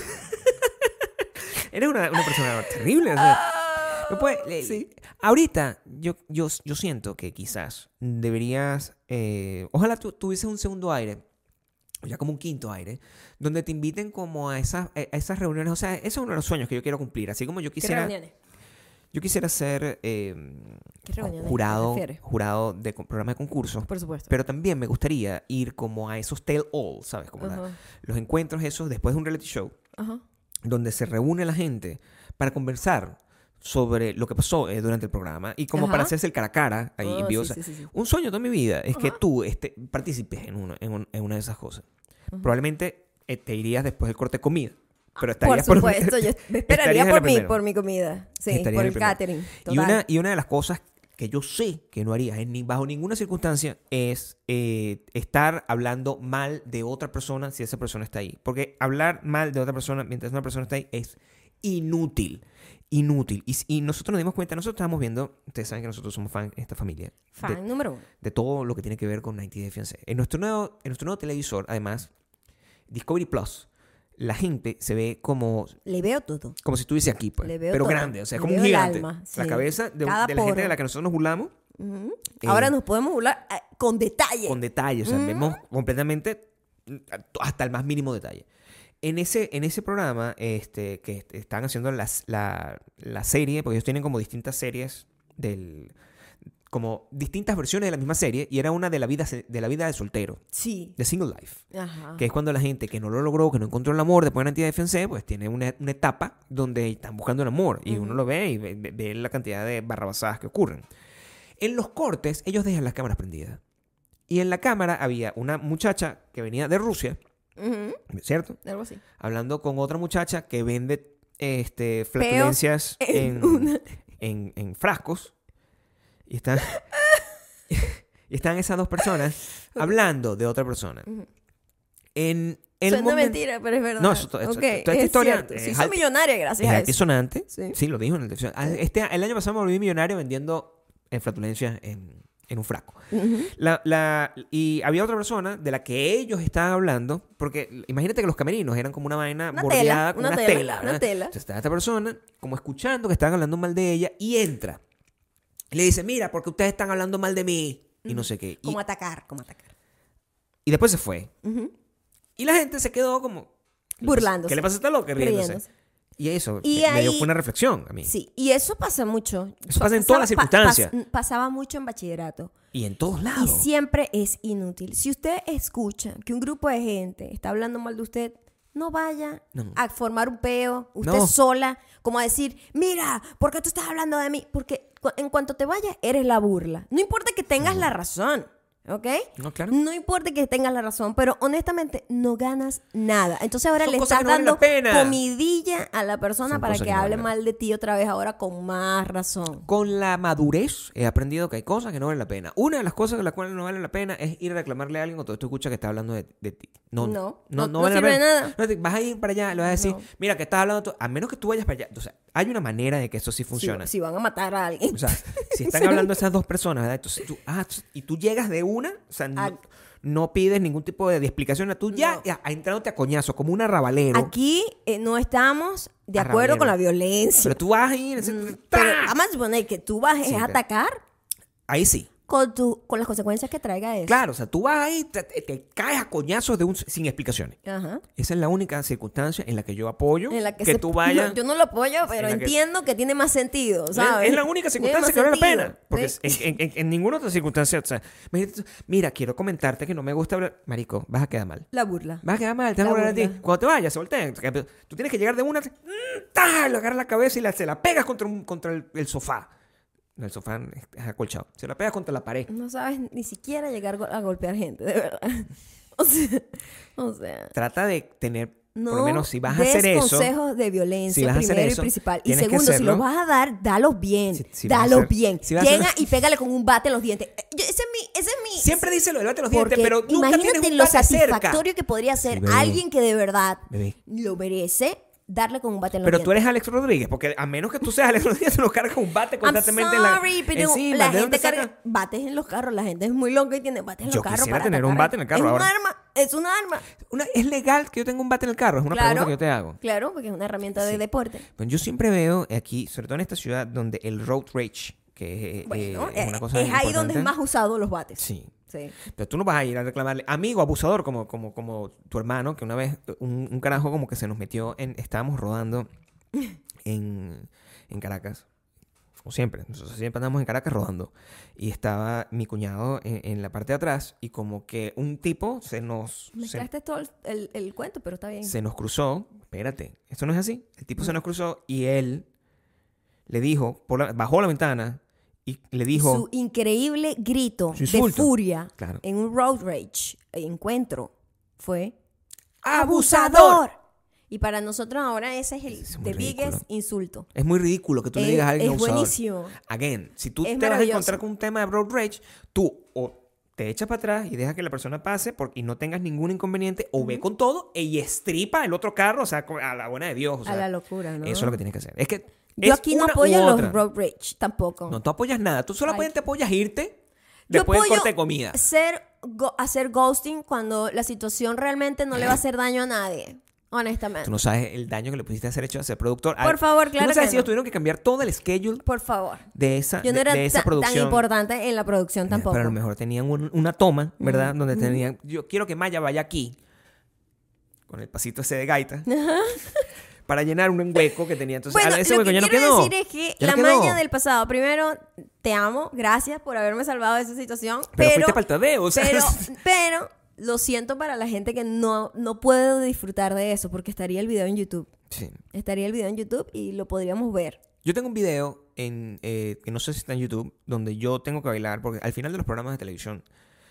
eres una, una persona terrible. O sea, no puede- le- Sí. Ahorita, yo, yo, yo siento que quizás deberías... eh, ojalá tú tuvieses un segundo aire, o ya como un quinto aire, donde te inviten como a esas, a esas reuniones. O sea, ese es uno de los sueños que yo quiero cumplir. Así como yo ¿Qué quisiera... reuniones? Yo quisiera ser eh, ¿Qué reuniones jurado, te refieres? jurado de con- programa de concursos. Por supuesto. Pero también me gustaría ir como a esos tell all, ¿sabes? Como la- Ajá. los encuentros esos después de un reality show, Ajá. donde se reúne la gente para conversar sobre lo que pasó eh, durante el programa y como Ajá. para hacerse el cara a cara ahí Oh, en vivo. sí, O sea, sí, sí, sí. un sueño de toda mi vida es que Ajá. tú este, participes en, uno, en, un- en una de esas cosas. Probablemente eh, te irías después del corte de comida. Pero Por estarías supuesto, yo estarías esperaría en la por mí, primera. por mi comida. Sí, Estarías por en el el primero. catering. Y Total. una, y una de las cosas que yo sé que no harías en ni, bajo ninguna circunstancia es eh, estar hablando mal de otra persona si esa persona está ahí. Porque hablar mal de otra persona mientras una persona está ahí es inútil. Inútil. Y, y nosotros nos dimos cuenta, nosotros estábamos viendo, ustedes saben que nosotros somos fan en esta familia, Fan de, número uno. de todo lo que tiene que ver con noventa Day Fiancé. En nuestro nuevo, en nuestro nuevo televisor, además, Discovery Plus, la gente se ve como Le veo todo. como si estuviese aquí, pues. Le veo Pero todo. grande, o sea, Le como un veo el gigante. alma, La sí. cabeza de, Cada de la gente poro. de la que nosotros nos burlamos. Ujú. eh, Ahora nos podemos burlar eh, con detalle. Con detalle, o sea, Mm. vemos completamente mm, hasta el más mínimo detalle. En ese, en ese programa este, que est- están haciendo las- la, la serie, porque ellos tienen como distintas series del... como distintas versiones de la misma serie, y era una de la vida, se- de la vida de soltero, Sí. de Single Life. Ajá. Que es cuando la gente que no lo logró, que no encontró el amor después de una entidad de fiancé, pues tiene una, una etapa donde están buscando el amor. Y uno lo ve y ve, ve- ve la cantidad de barrabasadas que ocurren. En los cortes, ellos dejan las cámaras prendidas. Y en la cámara había una muchacha que venía de Rusia, Ujú. ¿cierto? Algo así. Hablando con otra muchacha que vende este, flatulencias en en, una- en, en frascos. Y están, y están esas dos personas hablando de otra persona. Ujú. En el Suena momento... mentira, pero es verdad. No, eso- eso- Ok, toda esta es historia cierto. es Sí, soy alti- millonaria gracias Es a eso. altisonante. Sí. Sí. lo dijo en el televisión. Ah, Este, el año pasado me volví millonario vendiendo eh, flatulencias en, en un frasco. Ujú. La, la, y había otra persona de la que ellos estaban hablando, porque imagínate que los camerinos eran como una vaina Una bordeada tela, con una una, tela, tela. una ¿verdad? tela. Entonces está esta persona como escuchando que estaban hablando mal de ella y entra. Y le dice, mira, porque ustedes están hablando mal de mí. Y no sé qué. Y, Como atacar, como atacar. y después se fue. Ujú. Y la gente se quedó como... Burlándose. ¿Qué le pasa a esta loca? Riéndose. Riéndose. Y eso Y me, me dio ahí- fue una reflexión a mí. Sí, y eso pasa mucho. Eso pasa en todas las Pasaba- pa- circunstancias. pas- pasaba mucho en bachillerato. Y en todos Y lados. siempre es inútil. Si usted escucha que un grupo de gente está hablando mal de usted, no vaya No, no. a formar un peo, usted No. sola, como a decir, mira, ¿por qué tú estás hablando de mí? Porque cu- en cuanto te vayas, eres la burla. No importa que tengas la razón, ¿ok? No, claro. No importa que tengas la razón, pero honestamente no ganas nada. Entonces ahora Son le cosas estás que no valen dando la pena. comidilla a la persona Son para cosas que que no hable valen la mal de ti otra vez ahora con más razón. Con la madurez he aprendido que hay cosas que no valen la pena. Una de las cosas de las cuales no valen la pena es ir a reclamarle a alguien cuando tú escuchas que está hablando de, de ti. No, No, no- no vale la sirve de pena. nada. No te- vas a ir para allá, le vas a decir, No. mira, que estás hablando tú. A menos que tú vayas para allá. O sea, hay una manera de que eso sí funciona. Si, si van a matar a alguien. O sea, si están hablando esas dos personas, ¿verdad? Entonces tú, ah, tú- y tú llegas de una, o sea, no, Ah. no pides ningún tipo de, de explicación. Tú ya, No. ya entrándote a coñazo, como un arrabalero. Aquí eh, no estamos de A acuerdo rabalero. con la violencia. Pero tú vas ahí, ese- Pero ¡tá! vamos a suponer que tú vas Sí, a pero- atacar. ahí sí. con, tu, con las consecuencias que traiga eso. Claro, o sea, tú vas ahí, te, te caes a coñazos de un, sin explicaciones. Ajá. Esa es la única circunstancia en la que yo apoyo En la que, que se- tú vayas. No, yo no lo apoyo, pero en la que- entiendo que... tiene más sentido, ¿sabes? Es la única Tiene circunstancia más que vale la sentido, pena. Porque ¿sí? en, en- en ninguna otra circunstancia, o sea, imagínate tú, mira, quiero comentarte que no me gusta hablar. Marico, vas a quedar mal. La burla. Vas a quedar mal, te van a La hablar a ti. burla. Cuando te vayas, se voltean. Tú tienes que llegar de una, mm, ¡tá! Le agarras la cabeza y la, se la pegas contra, un- contra el, el sofá. No, el sofá es acolchado. Se la pegas contra la pared. No sabes ni siquiera llegar go- a golpear gente, de verdad. O sea, o sea Trata de tener, no por lo menos si vas a des hacer eso. consejos de violencia, si vas a hacer primero eso, y principal. Y tienes que segundo, si hacerlo. los vas a dar, dalos bien. Si- si vas a dalos hacer- bien. si vas a Llega hacer- y pégale con un bate en los dientes. Eh, yo- ese es mi... Ese es mi Siempre dice lo de levante los porque dientes, pero nunca tienes imagínate un lo bate cerca. satisfactorio que podría ser Sí, bebé. alguien que de verdad Bebé. lo merece darle con un bate en los Pero dientes. tú eres Alex Rodríguez, porque a menos que tú seas Alex Rodríguez, tú nos cargas un bate I'm constantemente en la, sorry, pero encima. la ¿De gente dónde carga saca? bates en los carros. La gente es muy loca y tiene bates en Yo los carros. quisiera para tener un atacar. bate en el carro Es ahora. un arma. Es un arma. Una- ¿Es legal que yo tenga un bate en el carro? Es una Claro. pregunta que yo te hago. Claro, porque es una herramienta de Sí. deporte. Pues yo siempre veo aquí, sobre todo en esta ciudad, donde el road rage, que es, Bueno, eh, es una eh, cosa es ahí donde importante. es más usado los bates. Sí. Sí. Pero tú no vas a ir a reclamarle, amigo abusador, como, como, como tu hermano, que una vez un, un carajo como que se nos metió en... Estábamos rodando en, en Caracas. O siempre. Nosotros siempre andamos en Caracas rodando. Y estaba mi cuñado en, en la parte de atrás y como que un tipo se nos... Se, Mezclaste todo el, el- el cuento, pero está bien. se nos cruzó. Espérate, esto no es así. El tipo se nos cruzó y él le dijo, por la- bajó la ventana y le dijo... Su increíble grito Su de insulto. furia Claro. en un road rage encuentro fue ¡Abusador! Y para nosotros ahora ese es el Es muy the ridículo. biggest insulto. Es muy ridículo que tú le Es- digas a alguien es abusador. buenísimo. Again, si tú Es te vas a maravilloso. encontrar con un tema de road rage, tú o te echas para atrás y dejas que la persona pase por, y no tengas ningún inconveniente, o ve con todo y estripa el otro carro, o sea, a la buena de Dios. O sea, A la locura, ¿no? Eso es lo que tienes que hacer. Es que Yo es aquí no una u apoyo los otra. road rage, tampoco. No, tú apoyas nada. Tú solamente Ay. apoyas irte Yo después del apoyo corte de comida. Ser, go- hacer ghosting cuando la situación realmente no le va a hacer daño a nadie. Honestamente. Tú no sabes el daño que le pusiste hacer hecho a ser productor. Por Ay, favor, tú claro no sabes que si no. ellos tuvieron que cambiar todo el schedule Por favor. de esa, Yo no de- era de esa ta- tan producción. importante en la producción tampoco. Pero a lo mejor tenían un- una toma, ¿verdad? Donde tenían... Yo quiero que Maya vaya aquí. Con el pasito ese de gaita. Para llenar un hueco que tenía. Entonces, Bueno, a ese lo hueco que ya no quiero quedó. decir es que Ya la no quedó. maña del pasado, primero, te amo, gracias por haberme salvado de esa situación, Pero, pero, fuiste para el Tadeo, o sea... pero, pero lo siento para la gente que no, no puede disfrutar de eso, porque estaría el video en YouTube. Sí. Estaría el video en YouTube y lo podríamos ver. Yo tengo un video en, eh, que no sé si está en YouTube, donde yo tengo que bailar, porque al final de los programas de televisión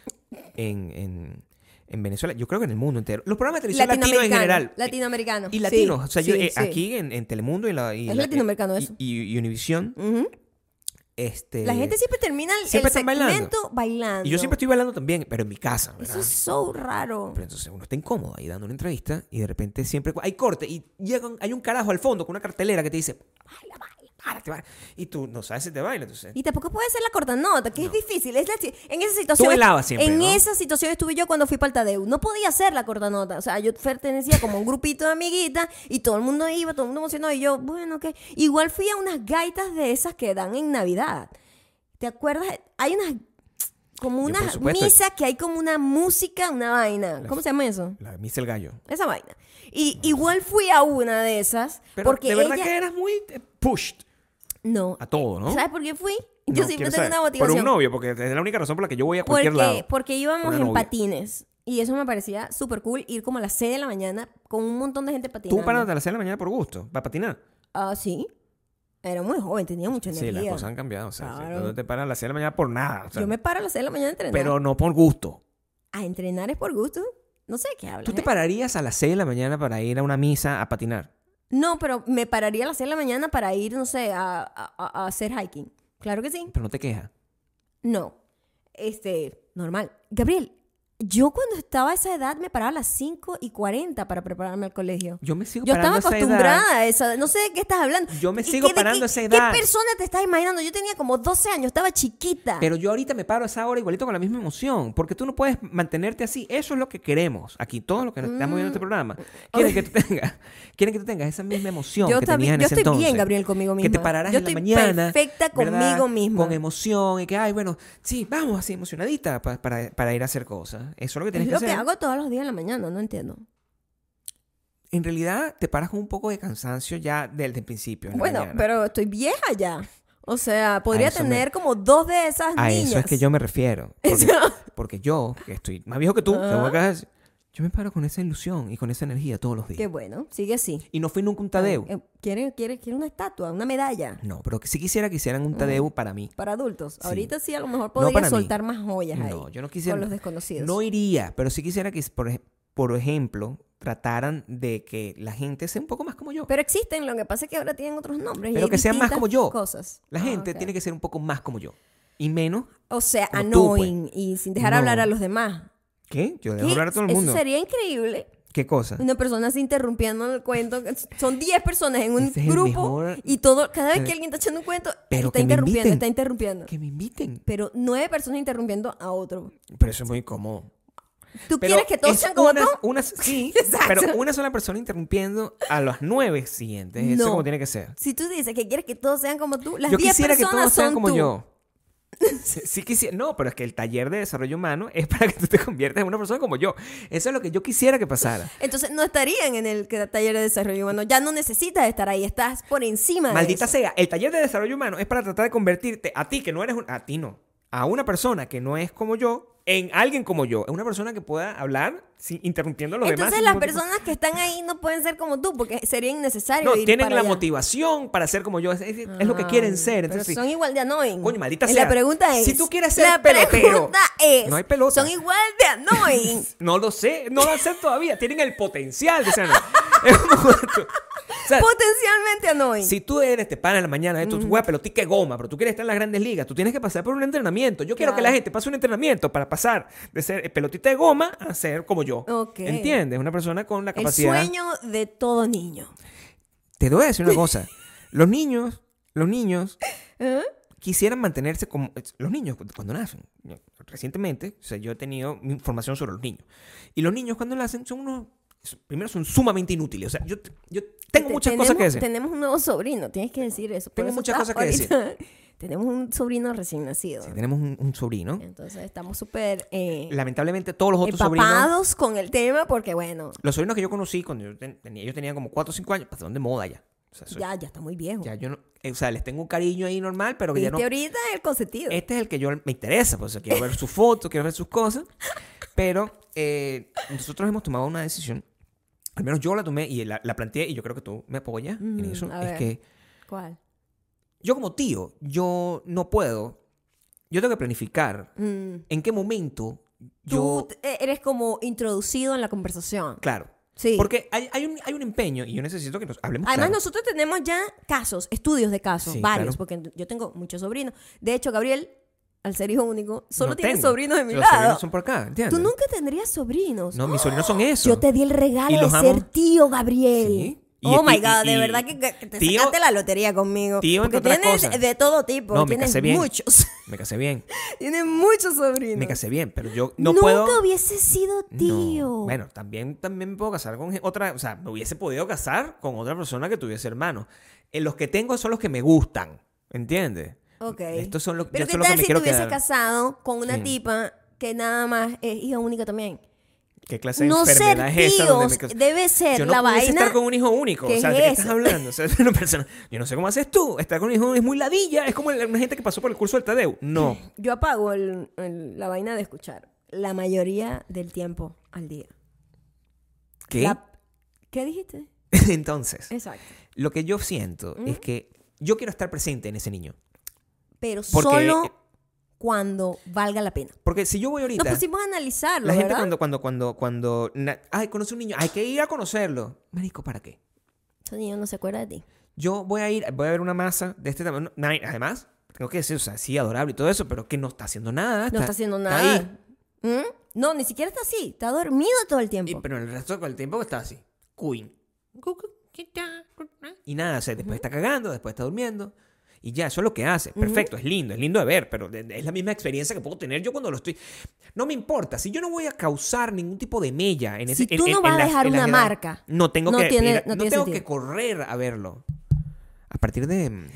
en, en, en Venezuela, yo creo que en el mundo entero, los programas de televisión latinos en Latinoamericano, general, Latinoamericano. y latinos, Sí, o sea, yo, sí, eh, sí. aquí en, en Telemundo y la... Y Es la- latinoamericano y- eso. Y, y Univisión, Ujú. este... La gente siempre termina el, siempre el están bailando. segmento bailando. Y yo siempre estoy bailando también, pero en mi casa, ¿verdad? Eso es so raro. Pero entonces uno está incómodo ahí dando una entrevista y de repente siempre hay corte y llegan, hay un carajo al fondo con una cartelera que te dice, baila, baila, párate, baila. Y tú no sabes si te baila, entonces... Y tampoco puede ser la cortanota, que es difícil. Es la si- en esa situación. Tú bailabas siempre, En ¿no? esa situación estuve yo cuando fui para el Tadeu. No podía hacer la cortanota. O sea, yo pertenecía como a un grupito de amiguitas y todo el mundo iba, todo el mundo emocionado. Y yo, bueno, ok. Igual fui a unas gaitas de esas que dan en Navidad. ¿Te acuerdas? Hay unas. Como Yo, por una supuesto. misa que hay como una música, una vaina. ¿Cómo se llama eso? La misa el gallo. Esa vaina. Y igual fui a una de esas. Pero porque de verdad ella... que eras muy eh, pushed No. a todo, ¿no? ¿Sabes por qué fui? Yo No, siempre quiero tengo saber. una motivación. Por un novio, porque es la única razón por la que yo voy a cualquier Porque, lado. porque íbamos Una en novia. patines. Y eso me parecía súper cool, ir como a las seis de la mañana con un montón de gente patinando. Tú paras a las seis de la mañana por gusto, para patinar. Ah, sí. Era muy joven, tenía mucha Sí, energía. las cosas han cambiado. O sea, Claro. sí, no te paras a las seis de la mañana por nada. o sea, Yo me paro a las seis de la mañana a entrenar. pero no por gusto. ¿A entrenar es por gusto? No sé de qué hablas. ¿Tú te ¿eh? pararías a las seis de la mañana para ir a una misa a patinar? No, pero me pararía a las seis de la mañana para ir, no sé, a, a- a hacer hiking. Claro que sí. Pero no te quejas. No. Este, normal. Gabriel, Yo cuando estaba a esa edad me paraba a las cinco y cuarenta para prepararme al colegio. Yo me sigo Yo parando estaba a esa acostumbrada edad. a esa. No sé de qué estás hablando. Yo me ¿Qué- sigo qué- de parando qué- a esa edad. ¿Qué persona te estás imaginando? Yo tenía como doce años, estaba chiquita. Pero yo ahorita me paro a esa hora igualito con la misma emoción, porque tú no puedes mantenerte así. Eso es lo que queremos. Aquí todos los que estamos viendo este programa quieren que tú tengas, quieren que tú tengas esa misma emoción yo que también- tenías en yo ese estoy entonces. bien, Gabriel, conmigo misma. Que te pararas Yo en la estoy mañana. perfecta ¿verdad? conmigo misma. Con emoción y que, ay, bueno, sí, vamos así emocionadita pa- para, para ir a hacer cosas. Eso es lo que Es tienes que lo hacer. que hago todos los días en la mañana, no entiendo. En realidad te paras con un poco de cansancio ya desde el principio. en la Bueno, mañana. pero estoy vieja ya. O sea, podría eso me- tener como dos de esas A niñas. eso es que yo me refiero. Porque, porque yo, que estoy más viejo que tú, Ajá. te voy a decir, yo me paro con esa ilusión y con esa energía todos los días. Qué bueno, sigue así. Y no fui nunca un Tadeu. Eh, ¿Quiere, quiere, quiere una estatua, una medalla No, pero que si quisiera que hicieran un Tadeu para mí. para adultos? Sí. Ahorita sí, a lo mejor No podría para mí. soltar más joyas ahí. No, yo no quisiera. Con los desconocidos. No iría, pero sí quisiera que, por, ej- por ejemplo, trataran de que la gente sea un poco más como yo. Pero existen, lo que pasa es que ahora tienen otros nombres. y Pero hay que sean más distintas como yo. Cosas. La Ah, gente ok. tiene que ser un poco más como yo. Y menos. O sea, como tú, pues. annoying y sin dejar No. hablar a los demás. ¿Qué? Yo dejo ¿Qué? hablar a todo el Eso mundo. sería increíble. ¿Qué cosa? Una persona así interrumpiendo el cuento. Son diez personas en un Ese es el grupo mejor- y todo, cada vez Eh, que alguien está echando un cuento, pero está que me interrumpiendo, inviten. está interrumpiendo. Que me inviten. Pero nueve personas interrumpiendo a otro. Pero eso es muy cómodo. ¿Tú Pero quieres que todos es sean como una, tú? una- sí, Exacto. pero una sola persona interrumpiendo a las nueve siguientes. Eso es No. como tiene que ser. Si tú dices que quieres que todos sean como tú, las Yo diez quisiera que personas todos sean son como tú. yo. Sí, sí quisiera. No, pero es que el taller de desarrollo humano es para que tú te conviertas en una persona como yo. Eso es lo que yo quisiera que pasara. Entonces no estarían en el que- taller de desarrollo humano. Ya no necesitas estar ahí, estás por encima Maldita de eso. sea, el taller de desarrollo humano es para tratar de convertirte a ti, que no eres un... A ti no. A una persona que no es como yo, en alguien como yo. Es una persona que pueda hablar sin, interrumpiendo a los demás. Entonces sin las ningún tipo- personas que están ahí no pueden ser como tú porque sería innecesario No, ir tienen para la allá. motivación para ser como yo. Es, es- es lo que quieren Ay, ser. pero Entonces, sí. son igual de annoying. Coño, maldita Y sea. La pregunta es... Si tú quieres ser La pelotero, pregunta es... no hay pelota. Son igual de annoying. No lo sé, no lo sé todavía. Tienen el potencial de ser. Es como tú- o sea, Potencialmente annoying. si tú eres, te paras en la mañana, tú juegas pelotica de goma, pero tú quieres estar en las grandes ligas, tú tienes que pasar por un entrenamiento. Yo quiero que Claro. la gente pase un entrenamiento para pasar de ser pelotita de goma a ser como yo. Ok. ¿Entiendes? Una persona con la El capacidad. sueño de todo niño. Te voy a decir una cosa. Los niños, los niños ¿Eh? quisieran mantenerse como... Los niños cu- cuando nacen, recientemente, o sea, yo he tenido información sobre los niños. Y los niños cuando nacen son unos... Primero son sumamente inútiles. O sea, yo, yo tengo Te- muchas tenemos, cosas que decir. Tenemos un nuevo sobrino, tienes que decir eso. Por Tengo eso muchas está cosas que ahorita- Tenemos un sobrino recién nacido. Sí, tenemos un, un sobrino. Entonces estamos súper eh, Lamentablemente todos los otros sobrinos... empapados con el tema porque, bueno, Los sobrinos que yo conocí cuando yo ten- tenía, ellos tenían como cuatro o cinco años, pasaron de moda ya. O sea, soy- ya, ya está muy viejo. ya yo no... eh, O sea, les tengo un cariño ahí normal, pero que ya Viste no... ahorita el consentido. Este es el que yo me interesa, pues o sea, quiero ver sus fotos, quiero ver sus cosas. Pero eh, nosotros hemos tomado una decisión, al menos yo la tomé y la, la planteé, y yo creo que tú me apoyas en Mm, eso, a es ver. que ¿Cuál? yo como tío, yo no puedo, yo tengo que planificar Mm. en qué momento Tú yo... t- eres como introducido en la conversación. Claro. Sí. Porque hay, hay, un, hay un empeño y yo necesito que nos hablemos Además, claro. nosotros tenemos ya casos, estudios de casos, Sí, varios, claro. porque yo tengo muchos sobrinos. De hecho, Gabriel, al ser hijo único, solo No tiene tengo. sobrinos de mi Los lado. sobrinos son por acá, ¿entiendes? Tú nunca tendrías sobrinos. No, mis sobrinos son eso. Yo te di el regalo Y de los ser amo. tío, Gabriel. Sí. Y- Oh my y- God, y- de y- verdad que, que te tío- sacaste la lotería conmigo. tío, entre Porque otras tienes cosas. de todo tipo. No, me tienes casé bien. muchos. Me casé bien. tienes muchos sobrinos. Me casé bien, pero yo no Nunca puedo... hubiese sido tío. No. Bueno, también, también me puedo casar con ge- otra... O sea, me hubiese podido casar con otra persona que tuviese hermanos. Eh, los que tengo son los que me gustan. ¿Entiendes? Ok. Estos son los, Pero yo ¿qué son los que tal me si quiero te hubiese quedar. casado con una Sí. tipa que nada más es hija única también? ¿Qué clase de No ser enfermedad es esa? donde tíos me cas- debe ser yo no la pudiese vaina. estar con un hijo único. ¿Qué O sea, es ¿de qué eso? estás hablando? O sea, es una persona... Yo no sé cómo haces tú. Estar con un hijo único es muy ladilla. Es como la- una gente que pasó por el curso del Tadeu. No. Yo apago el- el- la vaina de escuchar la mayoría del tiempo al día. ¿Qué? La- ¿Qué dijiste? Entonces, Exacto. lo que yo siento es que yo quiero estar presente en ese niño. Pero Porque- solo cuando valga la pena. Porque si yo voy ahorita... Nos pusimos a analizarlo, La gente ¿verdad? cuando, cuando, cuando, cuando, na- ay, conoce un niño, hay que ir a conocerlo. Marico, ¿para qué? Ese niño no se acuerda de ti. Yo voy a ir, voy a ver una masa de este tamaño. Na- Además, tengo que decir, o sea, sí, adorable y todo eso, pero que no está haciendo nada. No está haciendo nada. ahí. ¿Mm? No, ni siquiera está así. Está dormido todo el tiempo. Y, pero el resto del tiempo está así. Queen. Y nada, o sea, después está cagando, después está durmiendo. Y ya, eso es lo que hace. Perfecto, uh-huh. Es lindo, es lindo de ver, pero es la misma experiencia que puedo tener yo cuando lo estoy... No me importa, si yo no voy a causar ningún tipo de mella en ese... Si tú en, no en, vas en a dejar las, una en marca. No tengo, no que, tiene, ir, no no tiene tengo sentido. que correr a verlo. A partir de...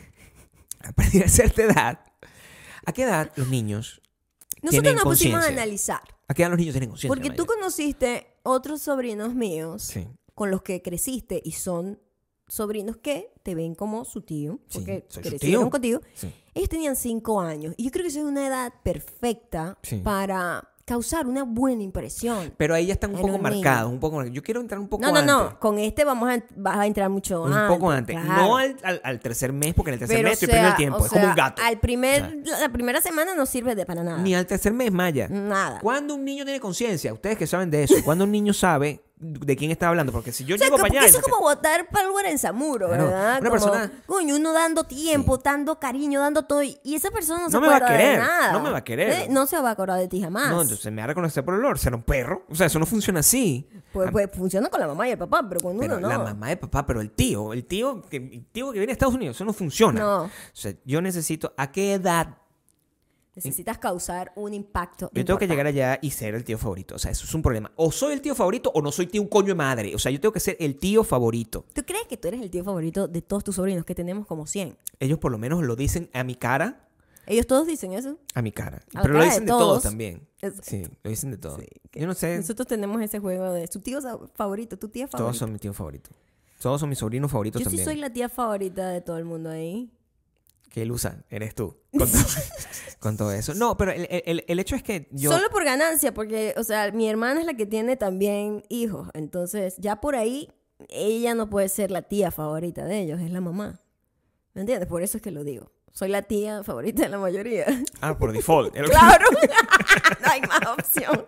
A partir de cierta edad... ¿A qué edad los niños Nosotros nos pusimos a analizar. ¿A qué edad los niños tienen conciencia? Porque tú conociste otros sobrinos míos sí. con los que creciste y son sobrinos que te ven como su tío, porque sí, crecieron contigo. Sí. Ellos tenían cinco años y yo creo que esa es una edad perfecta sí. para causar una buena impresión. Pero ahí ya están un poco marcados, un poco marcados. Yo quiero entrar un poco no, no, antes. No, no, con este vamos a, vas a entrar mucho un antes. Un poco antes. Claro. No al, al, al tercer mes, porque en el tercer Pero, mes estoy o sea, perdiendo el tiempo. O es sea, como un gato. Al primer, o sea, la primera semana no sirve de para nada. Ni al tercer mes, Maya. Nada. ¿Cuándo un niño tiene conciencia? Ustedes que saben de eso. ¿Cuándo un niño sabe de quién está hablando? Porque si yo o sea, llego para allá... Eso es como botar pólvora en Zamuro, claro, ¿verdad? Una como, persona... Coño, uno dando tiempo, sí. dando cariño, dando todo. Y esa persona no se no me va a acuerda querer, de nada. No me va a querer. ¿Eh? No se va a acordar de ti jamás. No, entonces me va a reconocer por el olor. Será un perro. O sea, eso no funciona así. Pues, pues funciona con la mamá y el papá, pero con pero uno no. La mamá y el papá, pero el tío. El tío que, el tío que viene de Estados Unidos. Eso no funciona. No. O sea, yo necesito... ¿A qué edad? Necesitas causar un impacto. Yo tengo que llegar allá y ser el tío favorito. O sea, eso es un problema. O soy el tío favorito o no soy tío un coño de madre. O sea, yo tengo que ser el tío favorito. ¿Tú crees que tú eres el tío favorito de todos tus sobrinos, que tenemos como cien? Ellos por lo menos lo dicen a mi cara. ¿Ellos todos dicen eso? A mi cara. A Pero cara lo dicen de, de todos, todos también. Es... Sí, lo dicen de todos. Sí, yo no sé. Nosotros tenemos ese juego de su tío favorito, tu tía favorita. Todos son mi tío favorito. Todos son mis sobrinos favoritos yo también. Yo sí soy la tía favorita de todo el mundo ahí. Que ilusa, eres tú. Con todo, con todo eso. No, pero el, el, el hecho es que yo... Solo por ganancia, porque, o sea, mi hermana es la que tiene también hijos. Entonces, ya por ahí, ella no puede ser la tía favorita de ellos, es la mamá. ¿Me entiendes? Por eso es que lo digo. Soy la tía favorita de la mayoría. Ah, por default. Claro. No hay más opción.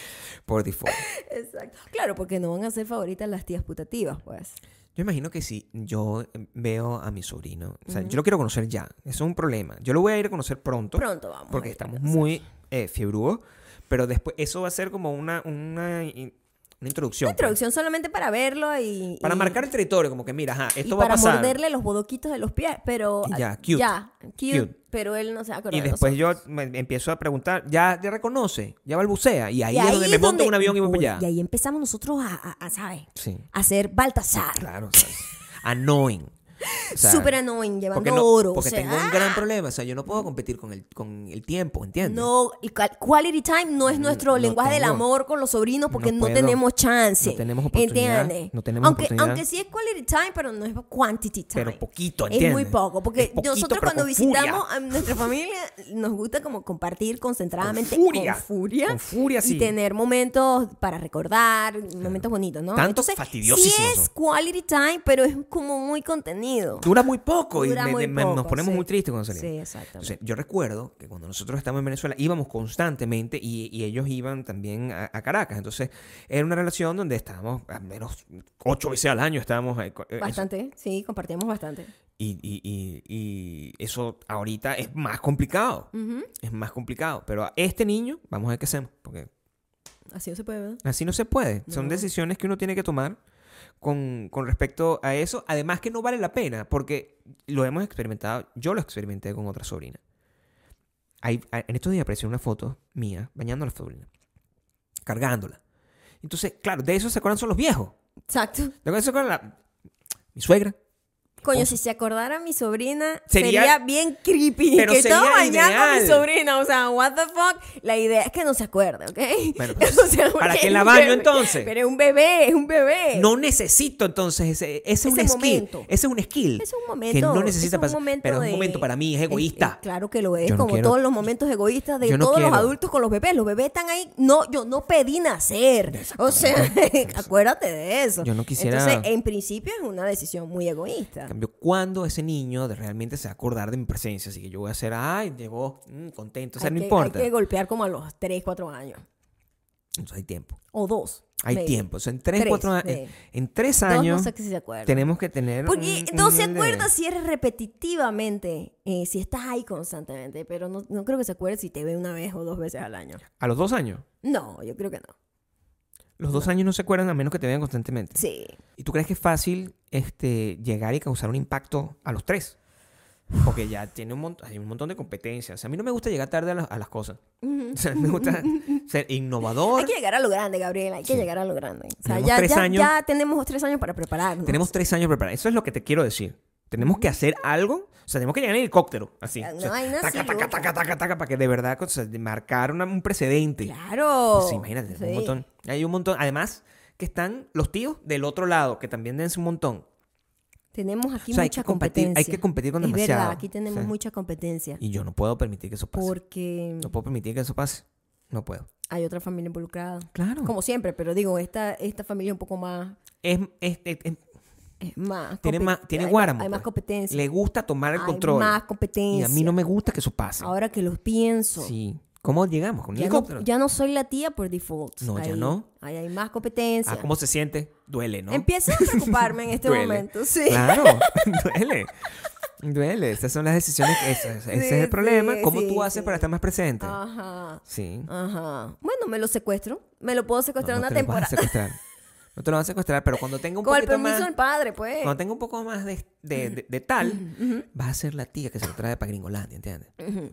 Por default. Exacto. Claro, porque no van a ser favoritas las tías putativas, pues. Yo imagino que si yo veo a mi sobrino, o sea, uh-huh. yo lo quiero conocer ya, eso es un problema. Yo lo voy a ir a conocer pronto. Pronto vamos. Porque estamos muy eh, fiebrudos, pero después eso va a ser como una, una, una introducción. Una introducción pues. Solamente para verlo y... Para y, marcar el territorio, como que mira, ajá, esto y va a pasar. para morderle los bodoquitos de los pies, pero... Ya, cute. Ya, cute, cute. Pero él no se acuerda. Y después yo me empiezo a preguntar, ya, ya reconoce, ya balbucea. Y ahí, y ahí es donde me monto en un avión y voy para allá. Y ahí empezamos nosotros a, a, a ¿sabes? Sí. A hacer Baltasar. Claro, ¿sabes? Annoying. O sea, súper annoying, llevando porque no, oro. Porque o sea, tengo un ¡ah! gran problema. O sea, yo no puedo competir con el, con el tiempo, ¿entiendes? No, el quality time no es nuestro no lenguaje tengo, del amor con los sobrinos porque no, no, puedo, tenemos chance. No tenemos oportunidad. ¿Entiendes? No tenemos aunque, oportunidad. aunque sí es quality time, pero no es quantity time. Pero poquito, ¿entiendes? Es muy poco. Porque poquito, nosotros cuando furia. visitamos a nuestra familia nos gusta como compartir concentradamente con furia. Con furia, con furia sí. Y tener momentos para recordar, momentos bonitos, ¿no? Tanto Entonces, fastidiosísimos. Sí es quality time, pero es como muy contenido. Dura muy poco Dura y me, muy me, poco, nos ponemos sí. muy tristes cuando salimos. Sí, exactamente. Entonces, yo recuerdo que cuando nosotros estábamos en Venezuela íbamos constantemente y, y ellos iban también a, a Caracas. Entonces, era una relación donde estábamos al menos ocho veces al año. Estábamos eh, Bastante, eso. Sí, compartíamos bastante. Y, y, y, y eso ahorita es más complicado. Uh-huh. Es más complicado. Pero a este niño, vamos a ver qué hacemos. Porque así no se puede, ¿verdad? Así no se puede. No. Son decisiones que uno tiene que tomar con, con respecto a eso. Además que no vale la pena. Porque lo hemos experimentado. Yo lo experimenté con otra sobrina. Hay, en estos días apareció una foto mía bañando a la sobrina. Cargándola. Entonces, claro, de eso se acuerdan son los viejos. Exacto. De eso se acuerdan la, mi suegra. Coño, si se acordara mi sobrina, sería, sería bien creepy. Pero que sería estaba bañando ideal. a mi sobrina. O sea, what the fuck. La idea es que no se acuerde, ¿ok? Bueno, pues, o sea, ¿para qué la baño bebé, entonces? Pero es un bebé, es un bebé. No necesito entonces ese, ese, ese es un momento. skill. Ese es un skill. Es un momento. Que no necesita es un momento pero de, es un momento para mí, es egoísta. Es, es, claro que lo es, yo no como quiero, todos los momentos egoístas de no todos quiero. los adultos con los bebés. Los bebés están ahí. No, yo no pedí nacer. O sea, acuérdate de eso. Yo no quisiera. Entonces, en principio es una decisión muy egoísta. En cambio, cuando ese niño de realmente se va a acordar de mi presencia, así que yo voy a hacer, ay, llegó, mmm, contento, o sea, hay no que, importa. Hay que golpear como a los tres, cuatro años. Entonces hay tiempo. O dos. Hay maybe. tiempo. O sea, en tres, Tres, cuatro años. sí. En, en tres Dos años no sé si se acuerdan. tenemos que tener. Porque un- no un se nivel de- acuerda si eres repetitivamente, eh, si estás ahí constantemente, pero no, no creo que se acuerde si te ve una vez o dos veces al año. A los dos años. No, yo creo que no. Los dos años no se acuerdan a menos que te vean constantemente. Sí. ¿Y tú crees que es fácil este, llegar y causar un impacto a los tres? Porque ya tiene un montón, hay un montón de competencias. O sea, a mí no me gusta llegar tarde a, la- a las cosas. O sea, me gusta ser innovador. Hay que llegar a lo grande, Gabriel. Hay que Sí. llegar a lo grande. O sea, Tenemos ya, tres ya, años. ya tenemos tres años para prepararnos. Tenemos tres años preparados. Eso es lo que te quiero decir. Tenemos que hacer algo. O sea, tenemos que llegar en helicóptero. Así. No O sea, hay nada taca, así, taca, loca. taca, taca, taca, para que de verdad o sea, de marcar una- un precedente. Claro. Pues sí, imagínate, Sí. un montón. Hay un montón. Además, que están los tíos del otro lado, que también dense un montón. Tenemos aquí O sea, hay mucha que competir- competencia. hay que competir con Es demasiado. verdad, aquí tenemos Sí. mucha competencia. Y yo no puedo permitir que eso pase. Porque No puedo permitir que eso pase. No puedo. hay otra familia involucrada. Claro. Como siempre, pero digo, esta, esta familia es un poco más... Es, es- es- es- Es más tiene compe- más, tiene hay, guáramo. hay más pues. competencia. Le gusta tomar el hay control. más competencia. Y a mí no me gusta que eso pase. Ahora que lo pienso. Sí. ¿Cómo llegamos? ¿Con un Ya no, helicóptero? ya no soy la tía por default. No, ya Ahí- no. Ahí hay más competencia. Ah, ¿cómo se siente? Duele, ¿no? Empiezo a preocuparme en este Duele. momento. Sí. Claro, duele. Duele. Estas son las decisiones. Ese, ese Sí, es el problema. sí, ¿Cómo sí, tú haces sí. para estar más presente? Ajá. Sí. Ajá. Bueno, me lo secuestro. Me lo puedo secuestrar No, no una te lo vas a temporada. secuestrar. No te lo vas a secuestrar, pero cuando tenga un Con el poquito permiso más... del padre, pues. Cuando tenga un poco más de, de, de- de tal, vas a ser la tía que se lo trae para Gringolandia, ¿entiendes?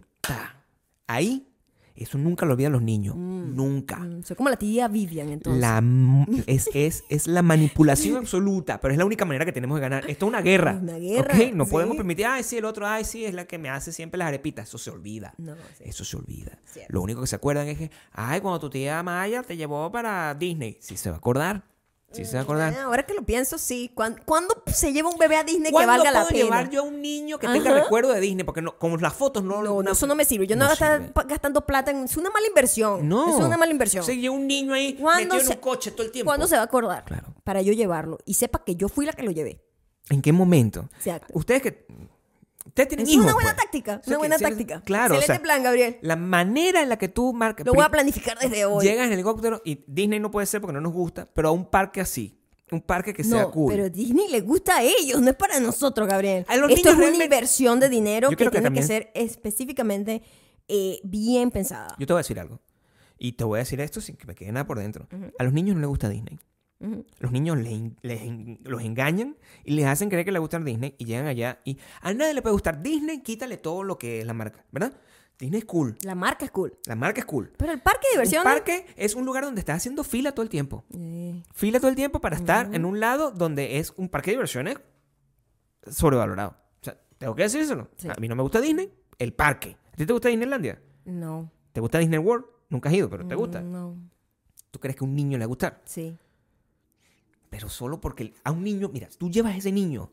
Ta. Ahí, eso nunca lo olvidan los niños. Nunca. Mm, soy como la tía Vivian, entonces. La, m- es, es, es la manipulación absoluta, pero es la única manera que tenemos de ganar. Esto es una guerra. Es una guerra, ¿ok? No sí. podemos permitir, ay, sí, el otro, ay, sí, es la que me hace siempre las arepitas. Eso se olvida. No, sí. Eso se olvida. Cierto. Lo único que se acuerdan es que, ay, cuando tu tía Maya te llevó para Disney. Sí se va a acordar. Sí se va a acordar. Ah, ahora que lo pienso, sí. ¿Cuándo, cuándo se lleva un bebé a Disney que ¿Cuándo valga la puedo pena? llevar yo a un niño que tenga Ajá. recuerdo de Disney? Porque no, con las fotos no... No, no, eso no me sirve. Yo no, no voy a estar sirve. pa- gastando plata en... Es una mala inversión. No. Es una mala inversión. Se lleva un niño ahí ¿Cuándo metido en se- un coche todo el tiempo. ¿Cuándo se va a acordar? Claro. Para yo llevarlo. Y sepa que yo fui la que lo llevé. ¿En qué momento? Exacto. Ustedes que... Ustedes tienen Es hijos, una buena pues. táctica. O sea, Una que buena si- táctica. Claro, o Excelente sea, plan, Gabriel. la manera en la que tú marcas... Lo voy a planificar desde hoy. Llegas en helicóptero y Disney no puede ser porque no nos gusta, pero a un parque así. Un parque que sea No, cool. pero Disney le gusta a ellos, no es para nosotros, Gabriel. A los Esto niños es una realmente- inversión de dinero Yo que creo que tiene que también- ser específicamente eh, bien pensada. Yo te voy a decir algo. Y te voy a decir esto sin que me quede nada por dentro. A los niños no les gusta Disney. Ujú. Los niños les, en- les en- los engañan y les hacen creer que les gusta Disney y llegan allá y a nadie le puede gustar Disney, quítale todo lo que es la marca, ¿verdad? Disney es cool. La marca es cool. La marca es cool. Pero el parque de Un diversiones... parque es un lugar donde estás haciendo fila todo el tiempo. Eh, Fila todo el tiempo para estar en un lado donde es un parque de diversiones sobrevalorado. O sea, tengo que decírselo. Sí. A mí no me gusta Disney, el parque. ¿A ti te gusta Disneylandia? no. ¿Te gusta Disney World? Nunca has ido, pero te gusta. No. ¿Tú crees que a un niño le va a gustar? Sí. Pero solo porque a un niño, mira, tú llevas a ese niño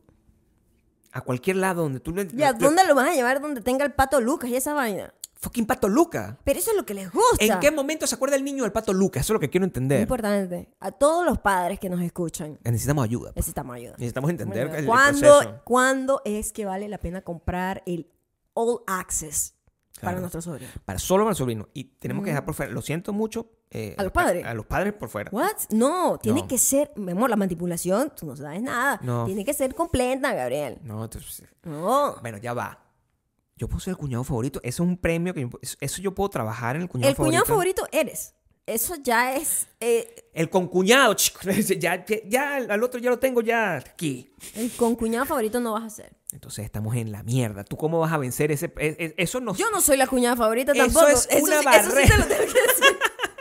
a cualquier lado donde tú le... Ya, le- ¿dónde lo vas a llevar donde tenga el pato Lucas y esa vaina? Fucking Pato Luca. Pero eso es lo que les gusta. ¿En qué momento se acuerda el niño del Pato Luca? Eso es lo que quiero entender. Importante. A todos los padres que nos escuchan, Necesitamos ayuda. pues. necesitamos ayuda. Necesitamos entender el, el ¿Cuándo, proceso. ¿Cuándo es que vale la pena comprar el All Access para Claro. nuestros sobrinos? Para solo para el sobrino. Y tenemos que dejar por fuera. Lo siento mucho. eh, ¿A los padres? A, a los padres por fuera. ¿What? No, tiene No. que ser, mi amor, la manipulación, tú no sabes nada. No. Tiene que ser completa, Gabriel. No, entonces, No. bueno, ya va. Yo puedo ser el cuñado favorito. Eso es un premio que yo, eso- eso yo puedo trabajar en el cuñado El favorito. cuñado favorito eres. Eso ya es. eh, El concuñado, chico. Ya, ya, ya al otro ya lo tengo ya aquí. el con cuñado favorito no vas a ser. Entonces estamos en la mierda. ¿Tú cómo vas a vencer ese? e- e- Eso no. Yo no soy la cuñada favorita Eso tampoco. es una sí, eso sí barrera. te lo tengo que decir.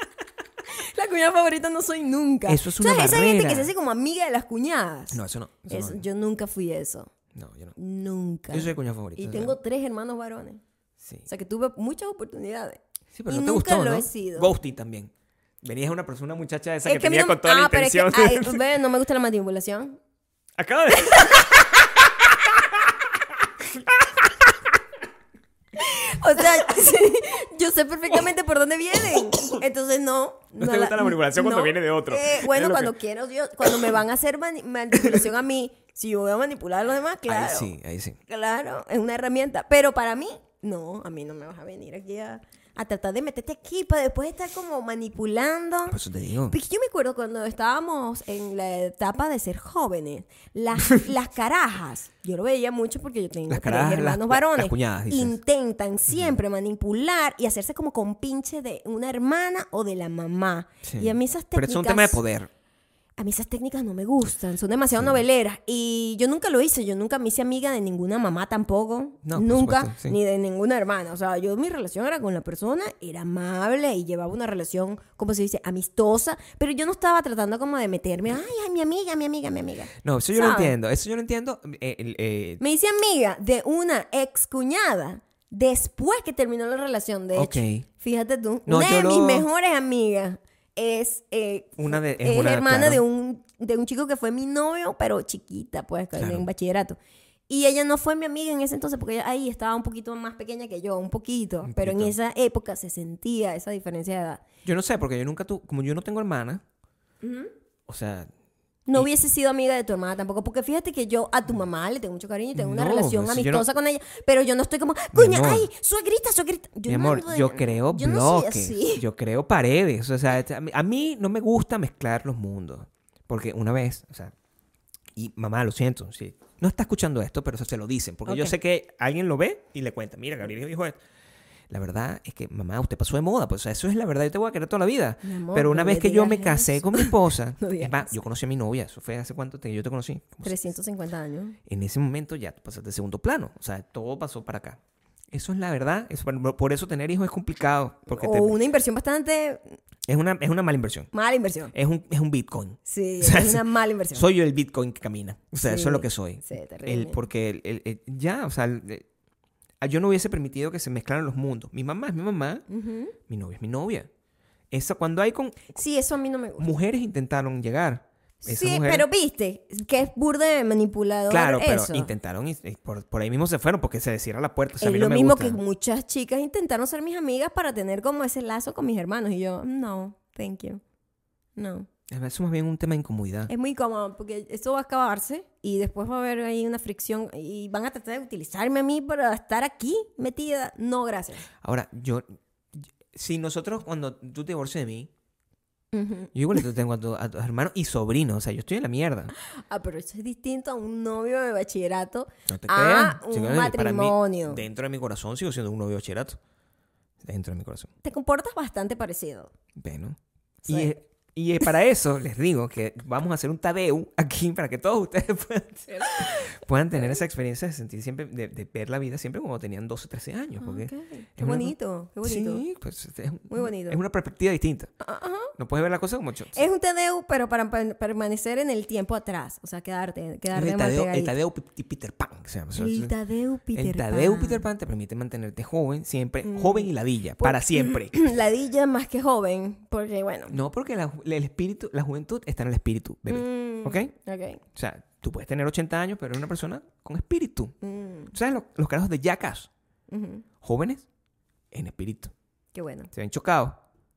La cuñada favorita no soy nunca. Eso es una ¿Sabes? Esa gente barrera. que se hace como amiga de las cuñadas. No, eso no. Eso Eso- no. Yo nunca fui eso. No, yo no. Nunca. Yo soy el cuñado favorito. Y o tengo sea, tres hermanos varones. Sí. O sea que tuve muchas oportunidades. Sí, pero y no te nunca gustó, lo ¿no? he sido. Ghosting también. Venías a una persona, una muchacha esa Es que, que a mí tenía no- con toda ah, la pero es que, intención. ay, ve, no me gusta la manipulación. Acaba de... O sea, sí, yo sé perfectamente por dónde vienen. Entonces no. No te gusta la manipulación cuando viene de otro. Eh, Es bueno, lo cuando que- quiero, yo, cuando me van a hacer mani- manipulación a mí, si yo voy a manipular a los demás, claro. Ahí sí, ahí sí. Claro, es una herramienta. Pero para mí, no, a mí no me vas a venir aquí a, a tratar de meterte aquí para después estar como manipulando. Por eso te digo. Porque yo me acuerdo cuando estábamos en la etapa de ser jóvenes, las, las carajas, yo lo veía mucho porque yo tengo Las tres carajas, hermanos las- varones, las cuñadas, dices. intentan siempre manipular y hacerse como compinche de una hermana o de la mamá. Sí. Y a mí esas técnicas... Pero es un tema de poder. A mí esas técnicas no me gustan, son demasiado Sí. noveleras. Y yo nunca lo hice, yo nunca me hice amiga de ninguna mamá tampoco. No, por nunca, supuesto, sí. ni de ninguna hermana. O sea, yo mi relación era con la persona, era amable y llevaba una relación, como se dice, amistosa. Pero yo no estaba tratando como de meterme, ay, ay, mi amiga, mi amiga, mi amiga. No, eso yo lo ¿Sabes? entiendo. Eso yo lo entiendo. Eh, el- eh, Me hice amiga de una ex cuñada después que terminó la relación. De hecho, Ok. fíjate tú, No, una yo de lo- mis mejores amigas es, eh, Una de- es es una, hermana claro. de un de un chico que fue mi novio, pero chiquita, pues, Claro. en bachillerato. Y ella no fue mi amiga en ese entonces porque ella ahí estaba un poquito más pequeña que yo, un poquito. Un pero en poquito. esa época se sentía esa diferencia de edad. Yo no sé, porque yo nunca tu, como yo no tengo hermana, o sea, No Y- hubiese sido amiga de tu hermana tampoco, porque fíjate que yo a tu mamá le tengo mucho cariño y tengo una No, relación eso yo no- amistosa con ella, pero yo no estoy como, coña, amor. ay, suegrita, suegrita. Yo mi no amor, ando de- yo creo yo no soy bloques, así. yo creo paredes, o sea, a mí, a mí no me gusta mezclar los mundos, porque una vez, o sea, y mamá, lo siento, sí, no está escuchando esto, pero eso se lo dicen, porque yo Ok. sé que alguien lo ve y le cuenta, mira, Gabriel dijo esto. La verdad es que, mamá, usted pasó de moda, pues o sea, eso es la verdad, yo te voy a querer toda la vida. Mi amor, Pero una no vez le que yo me digas casé eso. con mi esposa, No digas es más, eso. yo conocí a mi novia, eso fue hace cuánto que yo te conocí. Como trescientos cincuenta años. en ese momento ya tú pasaste de segundo plano. O sea, todo pasó para acá. Eso es la verdad. Eso- por eso tener hijos es complicado. Porque O te- una inversión bastante es, una, es una mala inversión. mala inversión. Es un, es un Bitcoin. Sí, O sea, es una mala inversión. Soy yo el Bitcoin que camina. O sea, Sí, eso es lo que soy. sí, terrible. El, porque el- el- el- ya, o sea, el- el- yo no hubiese permitido que se mezclaran los mundos. Mi mamá es mi mamá, Ujú. mi novia es mi novia. Esa, cuando hay con Sí, eso a mí no me gusta. mujeres intentaron llegar. Esa Sí, mujer- pero viste, que es burde manipulador Claro, pero eso. intentaron y, y por, por ahí mismo se fueron porque se cierra la puerta. O sea, a mí es no lo me mismo gusta. que muchas chicas intentaron ser mis amigas para tener como ese lazo con mis hermanos. Y yo, no, thank you. No. Eso es más bien un tema de incomodidad. Es muy cómodo porque esto va a acabarse y después va a haber ahí una fricción y van a tratar de utilizarme a mí para estar aquí metida. No, gracias. Ahora, yo... Si nosotros, cuando tú te divorcias de mí, Ujú. yo igual te tengo a, tu- a tus hermanos y sobrinos. O sea, yo estoy en la mierda. Ah, pero eso es distinto a un novio de bachillerato. No te Ah, creas. un Sí, para mí, matrimonio. dentro de mi corazón sigo siendo un novio bachillerato. Dentro de mi corazón. Te comportas bastante parecido. Bueno. Sí. Y, eh, y eh, para eso les digo que vamos a hacer un Tadeu aquí para que todos ustedes puedan, ser- puedan tener esa experiencia de sentir siempre, de, de ver la vida siempre como tenían doce, trece años. Porque Ok. es Qué una- bonito, qué bonito. Sí, pues es, Muy bonito. Es una perspectiva distinta. Ajá. No puedes ver la cosa como yo. Es un Tadeu, pero para per- permanecer en el tiempo atrás. O sea, quedarte, quedarte el más Tadeo, el pegadito. Tadeo P- Peter Pan. que se llama. O sea, El Tadeu Peter el Tadeo Pan. Peter Pan te permite mantenerte joven, siempre, Mm. joven y ladilla, Por- para siempre. Ladilla más que joven, porque bueno. No, porque la, ju- el espíritu, la juventud está en el espíritu, bebé. Mm, ¿Ok? Ok. O sea, tú puedes tener ochenta años, pero eres una persona con espíritu. Mm, ¿Sabes los, los carajos de Jackass? ujú. Jóvenes en espíritu. Qué bueno. Se ven chocados,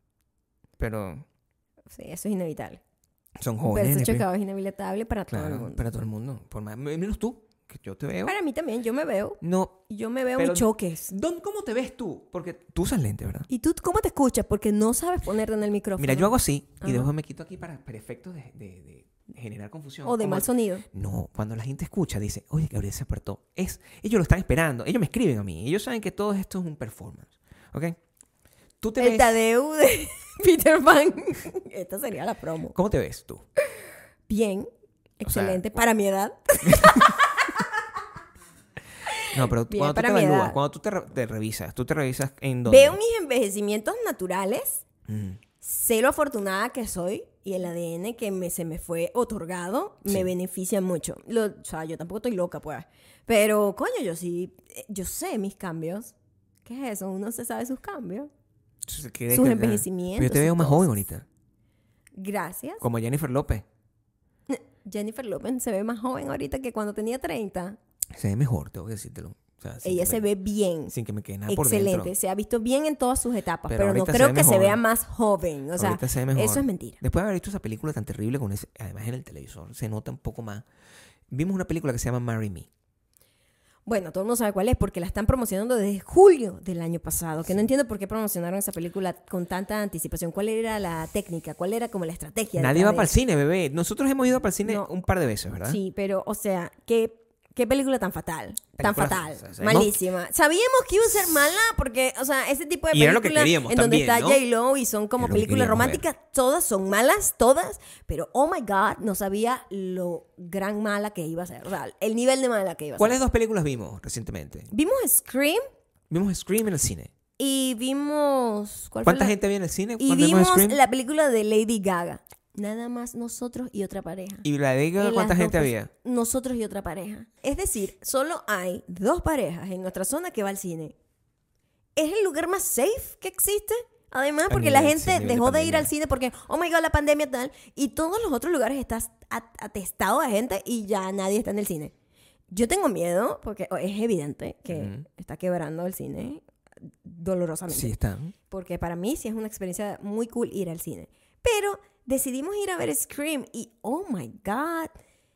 pero Sí, eso es inevitable. son Pero jóvenes. en ese espíritu. chocado es inevitable para todo el Claro, mundo. para todo el mundo. Por más, menos tú, que yo te veo. Para mí también, yo me veo. No. Yo me veo Pero- en choques. ¿Dónde- ¿Cómo te ves tú? Porque tú usas lente, ¿verdad? ¿Y tú cómo te escuchas? Porque no sabes ponerte en el micrófono. Mira, yo hago así y Ajá. después me quito aquí para, para efectos de, de- de generar confusión. O de Como- mal sonido. No, cuando la gente escucha, dice, oye, Gabriel se apartó. Es, ellos lo están esperando. Ellos me escriben a mí. Ellos saben que todo esto es un performance. ¿Ok? Tú te El ves... Tadeu de Peter Pan. Esta sería la promo. ¿Cómo te ves tú? Bien. O sea, Excelente. para mi edad. No, pero Bien, cuando tú para te mi evalúas, edad. cuando tú te, re- te revisas, tú te revisas en dónde. Veo mis envejecimientos naturales. Mm. Sé lo afortunada que soy y el A D N que me, se me fue otorgado me Sí. beneficia mucho. Lo- o sea, yo tampoco estoy loca, pues. Pero, coño, yo sí, eh, yo sé mis cambios. ¿Qué es eso? Uno se sabe sus cambios. Entonces, ¿qué Sus que- envejecimientos, Pero yo te veo sus más joven cosas. ahorita. Gracias. Como Jennifer López. Jennifer Lopez se ve más joven ahorita que cuando tenía treinta. Se ve mejor, tengo que decírtelo. O sea, sin Ella que se me- ve bien. Sin que me quede nada por Excelente. dentro. Se ha visto bien en todas sus etapas. Pero Pero, no ahorita se creo ve que se mejor. vea más joven. O sea, Ahorita se ve mejor. eso es mentira. Después de haber visto esa película tan terrible, con ese, además en el televisor, se nota un poco más. Vimos una película que se llama Marry Me. Bueno, todo el mundo sabe cuál es porque la están promocionando desde julio del año pasado. Que no entiendo por qué promocionaron esa película con tanta anticipación. ¿Cuál era la técnica? ¿Cuál era como la estrategia? Nadie va detrás para el de cine, bebé. Nosotros hemos ido para el cine No. un par de veces, ¿verdad? Sí, pero, o sea, ¿qué, qué película tan fatal? Tan Película- fatal. o sea, sabemos- Malísima. Sabíamos que iba a ser mala porque, o sea, ese tipo de Y era lo que películas queríamos en donde también, está ¿no? J-Lo y son como Era lo que películas queríamos románticas, todas son malas, todas, pero, oh my God, no sabía lo gran mala que iba a ser. O sea, el nivel de mala que iba a ser. ¿Cuáles dos películas vimos recientemente? Vimos Scream Vimos Scream en el cine. y vimos... ¿cuál fue ¿Cuánta la- gente había en el cine Y cuando vimos vimos Scream? la película de Lady Gaga. Nada más nosotros y otra pareja. ¿Y la de Gaga, En cuánta las gente dos, había? Nosotros y otra pareja. Es decir, solo hay dos parejas en nuestra zona que va al cine. Es el lugar más safe que existe. Además, A porque la nivel- sí, gente a nivel de dejó de ir pandemia. al cine porque, oh my God, la pandemia tal. Y todos los otros lugares estás at- atestado de gente y ya nadie está en el cine. Yo tengo miedo porque oh, es evidente que Ujú. está quebrando el cine dolorosamente. Sí, están. Porque para mí sí es una experiencia muy cool ir al cine. Pero decidimos ir a ver Scream y, oh my God,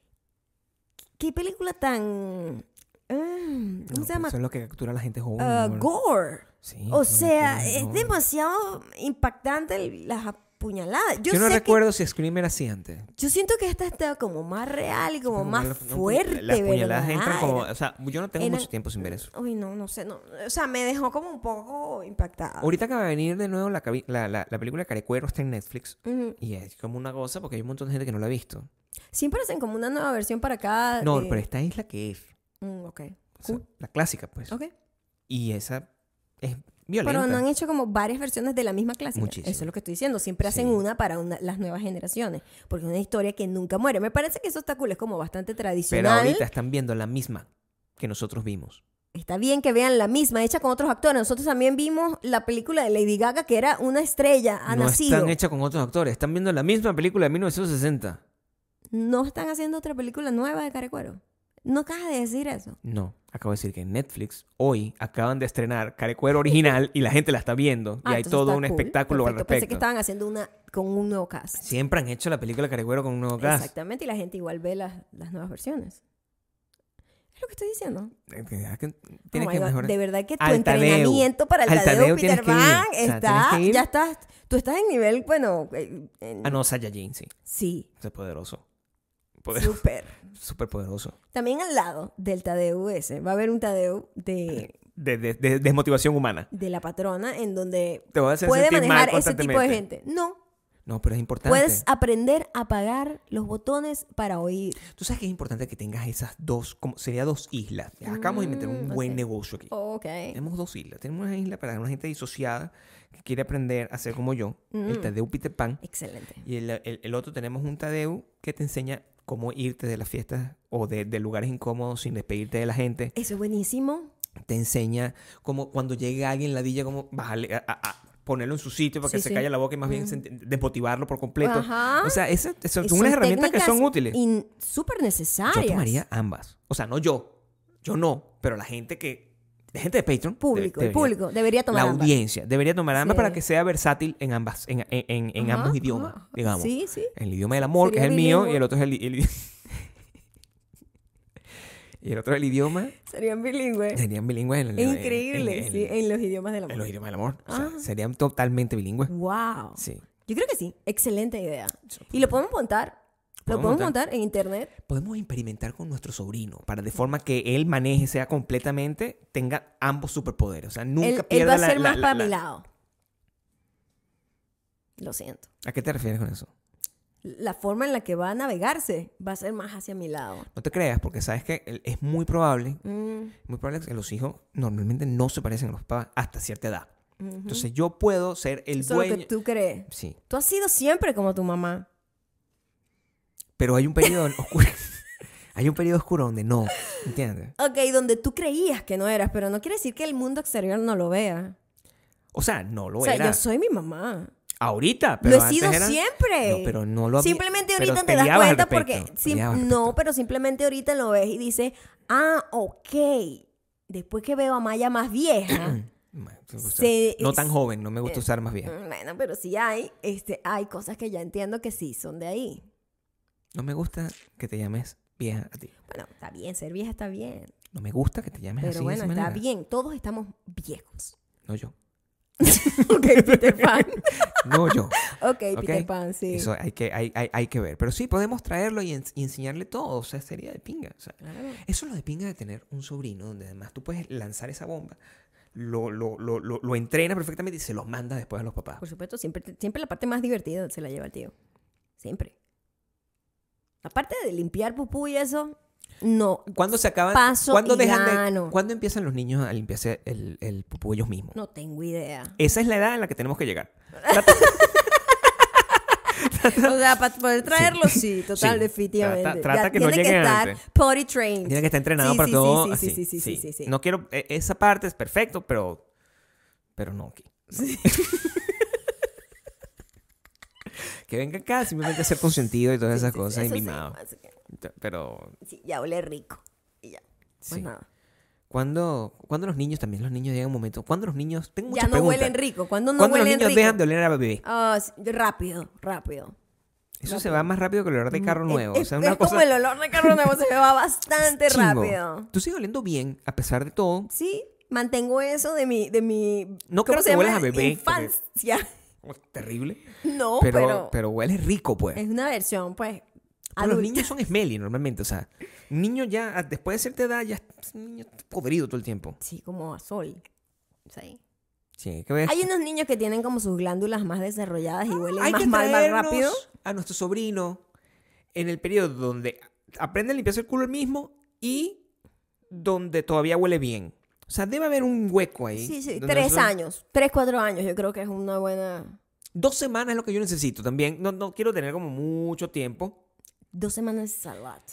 qué película tan... ah, ¿Cómo No, se pues llama? Eso es lo que captura a la gente joven. Ah, ¿no? gore. Sí, O no, sea, no, es no. demasiado impactante el- las apuñaladas. Yo, Yo no sé recuerdo si Scream era así antes. que, yo siento que esta está como más real y como Como más la- no, fuerte, Las puñaladas ¿verdad? entran como... O sea, yo no tengo Eran- mucho tiempo sin ver eso. Uy, no, no sé. No, o sea, me dejó como un poco impactada. Ahorita acaba de venir de nuevo la, cabi- la, la, la película Carecuero, está en Netflix. Ujú. Y es como una cosa porque hay un montón de gente que no la ha visto. Siempre hacen como una nueva versión para cada... No, eh, pero esta es la que es. mm, ok. O sea, Cool. la clásica, pues. Ok. Y esa es violenta. Pero no han hecho como varias versiones de la misma clásica. Muchísimo. Eso es lo que estoy diciendo. Siempre hacen Sí. una para una- las nuevas generaciones. Porque es una historia que nunca muere. Me parece que eso está cool. Es como bastante Pero tradicional. ahorita están viendo la misma que nosotros vimos. Está bien que vean la misma, hecha con otros actores. Nosotros también vimos la película de Lady Gaga, que era una estrella, ha no nacido. están hechas con otros actores. Están viendo la misma película de mil novecientos sesenta. No están haciendo otra película nueva de Carecuero. No acabas de decir eso. No. Acabo de decir que en Netflix hoy acaban de estrenar Carecuero original y la gente la está viendo. Ah, y hay entonces todo está un cool. espectáculo al Perfecto. Pensé que respecto. estaban haciendo una con un nuevo cast. Siempre han hecho la película Carecuero con un nuevo cast. Exactamente, y la gente igual ve las, las nuevas versiones. Es lo que estoy diciendo. Eh, que- que- Oh Tienes my que God, mejorar. de verdad que tu Al Tadeo. entrenamiento para el Al Tadeo, Tadeo Peter tienes que ir. Pan O sea, está, tienes que ir. ya estás, tú estás en nivel, bueno, eh, en- Ah, no, Saiyajin, sí. sí, Es poderoso. Poderoso. súper. Súper poderoso. También al lado del Tadeo ese va a haber un Tadeo de, De, de, de desmotivación humana. de la patrona en donde Te voy a hacer puede sentir mal manejar ese tipo de constantemente. gente. No, No, pero es importante. puedes aprender a apagar los botones para oír. Tú sabes que es importante que tengas esas dos, como sería dos islas. Acabamos de meter un Mm, buen ok. negocio aquí. Ok. Tenemos dos islas. Tenemos una isla para una gente disociada que quiere aprender a ser como yo, el Mm. Tadeu Peter Pan. Excelente. Y el, el- el otro tenemos un Tadeu que te enseña cómo irte de las fiestas o de, de lugares incómodos sin despedirte de la gente. Eso es buenísimo. Te enseña cómo cuando llega alguien ladilla, cómo bajarle, a, a- a ponerlo en su sitio para Sí, que se sí. calle la boca y más bien Mm. sent- desmotivarlo por completo. Ajá. O sea, esas esas Y son unas son herramientas que son técnicas útiles. in- súper necesarias. Yo tomaría ambas. O sea, no yo. Yo no. Pero la gente que... La gente de Patreon. Público, de- el debería- público debería tomar La ambas. audiencia. Debería tomar ambas Sí. para que sea versátil en ambas. En, en, en- en Ajá, ambos idiomas, ajá. digamos. Sí, sí. El idioma del amor, que es Sería el mío, bilingüe. y el otro es el... el- y el otro es el idioma. Serían bilingües. Serían bilingües. En, el- Increíble, en- en- sí, en los idiomas del en amor. los idiomas del amor. O sea, Ah. serían totalmente bilingües. Wow. Sí. Yo creo que sí. Excelente idea. Y lo podemos montar. Lo Podemos podemos montar. montar en internet. Podemos experimentar con nuestro sobrino para de forma que él maneje, sea completamente, tenga ambos superpoderes. O sea, nunca Él, él pierda va a la- ser la- más la- para la- mi lado. Lo siento. ¿A qué te refieres con eso? La forma en la que va a navegarse va a ser más hacia mi lado. No te creas, porque sabes que el- es muy probable, Mm, muy probable que los hijos normalmente no se parecen a los papás hasta cierta edad. ujú. Entonces yo puedo ser el Eso es lo dueño. que tú crees. Sí, Tú has sido siempre como tu mamá. pero hay un periodo oscuro. Hay un periodo oscuro donde no, ¿entiendes? Ok, donde tú creías que no eras, pero no quiere decir que el mundo exterior no lo vea. O sea, no lo O sea, era. yo soy mi mamá. Ahorita, pero Lo he antes sido era- siempre. No, pero no lo había- Simplemente pero ahorita te das peleabas al cuenta porque... respecto, sim- peleabas al no, respecto. pero simplemente ahorita lo ves y dices, ah, ok. Después que veo a Maya más vieja... Bueno, me gusta- Se- no tan joven, no me gusta usar más bien. mm, bueno, pero sí hay, este, hay cosas que ya entiendo que sí son de ahí. No me gusta que te llames vieja a ti. Bueno, está bien, ser vieja está bien. No me gusta que te llames Pero así bueno, de esa está manera. bien. Todos estamos viejos. No yo. Ok, Peter Pan. No yo. Ok, ¿Ok? Peter Pan, sí. Eso hay que, hay, hay, hay que ver. Pero sí, podemos traerlo y, en- y enseñarle todo. O sea, sería de pinga. O sea, Claro. eso es lo de pinga de tener un sobrino donde además tú puedes lanzar esa bomba, lo, lo, lo, lo, lo entrena perfectamente y se lo manda después a los papás. Por supuesto, siempre, siempre la parte más divertida se la lleva el tío. Siempre. Aparte de limpiar pupú y eso, no. ¿Cuándo se acaban? Paso ¿Cuándo y dejan de, gano. ¿Cuándo empiezan los niños a limpiarse el, el pupú ellos mismos? No tengo idea. Esa es la edad en la que tenemos que llegar. O sea, para poder traerlo, sí, total, Sí. definitivamente. Trata- trata Ya que no tiene que lleguen estar antes. potty trained. Tiene que estar entrenado Sí, para sí, todo. sí, así. sí, sí, sí, sí, sí, sí. No quiero... e- Esa parte es perfecto, pero... Pero no aquí. Sí. Que venga acá simplemente a ser consentido y todas Sí, esas sí, cosas y eso sí, mimado. así que- Pero... sí, ya huele rico. Y ya. Pues Sí. nada. ¿Cuándo, cuándo los niños también? Los niños llegan a un momento... ¿Cuándo los niños... Tengo muchas Ya no preguntas. huelen rico. ¿Cuándo no ¿Cuándo los huelen niños rico? dejan de oler a bebé? Ah, sí, rápido, rápido. Eso se va más rápido que el olor de carro nuevo. Es, o sea, es una cosa... como el olor de carro nuevo, se me va bastante Chimbo. rápido. Tú sigues oliendo bien, a pesar de todo. Sí, mantengo eso de mi, de mi No ¿cómo creo se que llama? huelas a bebé, Infancia. Como terrible. No, pero, pero, pero huele rico, pues. es una versión, pues, Pero los adulta. niños son smelly normalmente. O sea, un niño ya, a- después de cierta edad, ya es un niño podrido todo el tiempo. Sí, como a sol. Sí. Sí, que ves. Hay unos niños que tienen como sus glándulas más desarrolladas y huelen Hay más que mal, más traernos rápido. a nuestro sobrino en el periodo donde aprende a limpiarse el culo el mismo y donde todavía huele bien. O sea, debe haber un hueco ahí. Sí, sí, donde tres nosotros- años. Tres, cuatro años, yo creo que es una buena... Dos semanas es lo que yo necesito también. No, no quiero tener como mucho tiempo. Dos semanas es a lot.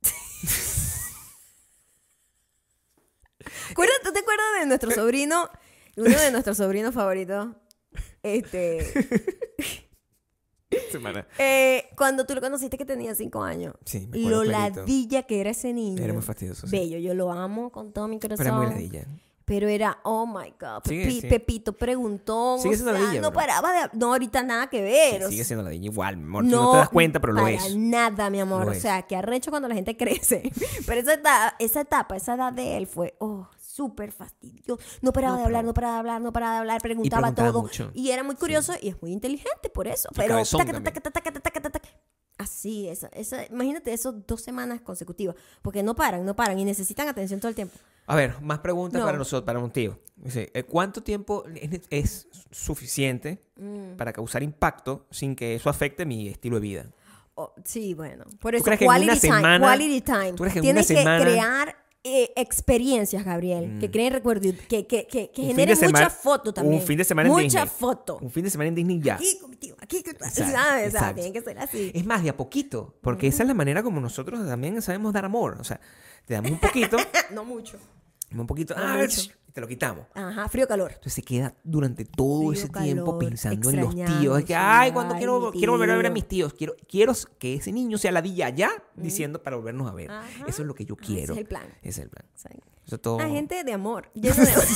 ¿Acuerdas- ¿Tú te acuerdas de nuestro sobrino? Uno de nuestros sobrinos favoritos. Este... Semana. eh, cuando tú lo conociste que tenía cinco años. Sí, me acuerdo Lo clarito. ladilla que era ese niño. Era muy fastidioso. Sí. Bello, yo lo amo con todo mi corazón. Pero era muy ladilla. Pero era, oh my God. Sigue, Pepi- sí. Pepito preguntón. Sigue o siendo sea, ladilla, no bro. paraba de... No, ahorita nada que ver. Sí, o sigue sea, siendo ladilla igual, mi amor. Tú no te das cuenta, pero lo para es. nada, mi amor. Lo o es. sea, que arrecho cuando la gente crece. Pero esa etapa, esa etapa, esa edad de él fue, oh, súper fastidioso. No paraba No, de pero- hablar, no paraba de hablar, no paraba de hablar, preguntaba, preguntaba todo. mucho. Y era muy curioso y es muy inteligente por eso. Y Pero cabezón taca, también. taca, taca, taca, taca, taca. Así, esa, esa, imagínate eso dos semanas consecutivas. Porque no paran, no paran y necesitan atención todo el tiempo. A ver, más preguntas No. para nosotros, para un tío. Dice, eh, ¿cuánto tiempo es, es suficiente Mm. para causar impacto sin que eso afecte mi estilo de vida? Oh, sí, bueno. Por eso, crees que en quality una time, semana- quality time. tú crees que en Tienes una semana- que crear eh, experiencias, Gabriel, que creen recuerdos, que, que, que, que Un fin generen de semana- mucha foto también. un fin de semana en Mucha Disney. foto. Un fin de semana en Disney ya. Aquí con mi tío, aquí con Exacto, ¿sabes? O sea, exacto. tiene que ser así. Es más, de a poquito, porque esa es la manera como nosotros también sabemos dar amor. O sea, te damos un poquito, No mucho. un poquito, No ah, mucho. y te lo quitamos. Ajá, frío calor. Entonces se queda durante todo Frío, ese tiempo calor, pensando en los extrañando, tíos. Es que, sí, ay, cuando ay, quiero, mi quiero volver a ver a tío. mis tíos. Quiero, quiero que ese niño sea ladilla allá diciendo para volvernos a ver. Ajá. Eso es lo que yo Ah, quiero. ese es el plan. Ese es el plan. Sí. Eso es todo. Ah, gente de amor. Lleno de amor.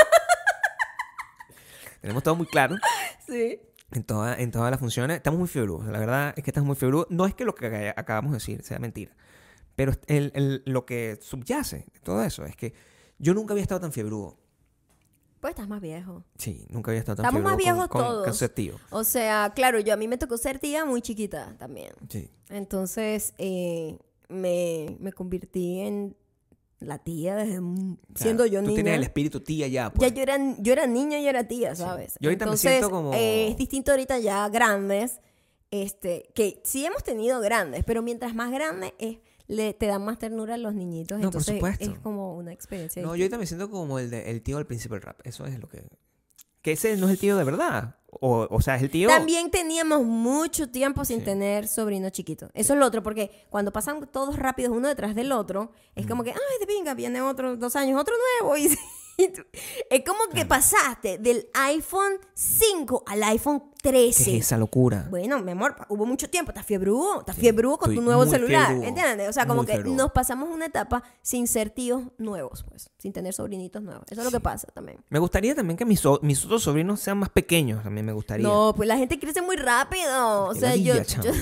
Tenemos todo muy claro Sí. en, toda, en todas las funciones. Estamos muy fiebrudos. La verdad es que estamos muy fiebrudos. No es que lo que acabamos de decir sea mentira. Pero el, el- lo que subyace de todo eso es que yo nunca había estado tan fiebrudo. Pues estás más viejo. Sí, nunca había estado tan Estamos más fiebrudo viejos con, con, todos. con ser tío. O sea, claro, yo a mí me tocó ser tía muy chiquita también. Sí. Entonces, eh, me, me convertí en la tía desde m- siendo yo Tú niña. tienes el espíritu tía ya, Ya pues. yo era, yo era niña y yo era tía, ¿sabes? Yo ahorita me Entonces, siento como- eh, es distinto ahorita ya grandes, este, que sí hemos tenido grandes, pero mientras más grandes es, le, te dan más ternura a los niñitos. No, por entonces supuesto. es como una experiencia. No, yo distinta. ahorita me siento como el, de- el tío del príncipe del rap. Eso es lo que... Que ese no es el tío de verdad. O, o sea, es el tío... También teníamos mucho tiempo sin Sí. tener sobrinos chiquitos. Eso es lo otro, porque cuando pasan todos rápidos uno detrás del otro, es como que, ay, de pinga, viene otro, dos años, otro nuevo. Y, y tú- es como que pasaste del iPhone cinco al iPhone trece. ¿Qué es esa locura? Bueno, mi amor, hubo mucho tiempo, estás fiebrudo, estás Sí, fiebrudo con tu estoy nuevo muy celular, fiebrudo, ¿entiendes? O sea, como muy que fiebrudo. nos pasamos una etapa sin ser tíos nuevos, pues, sin tener sobrinitos nuevos. Eso es lo que pasa también. Me gustaría también que mis, so- mis otros sobrinos sean más pequeños. También me gustaría. No, pues la gente crece muy rápido. O Qué sea, yo, ladilla, chamo. yo tengo unos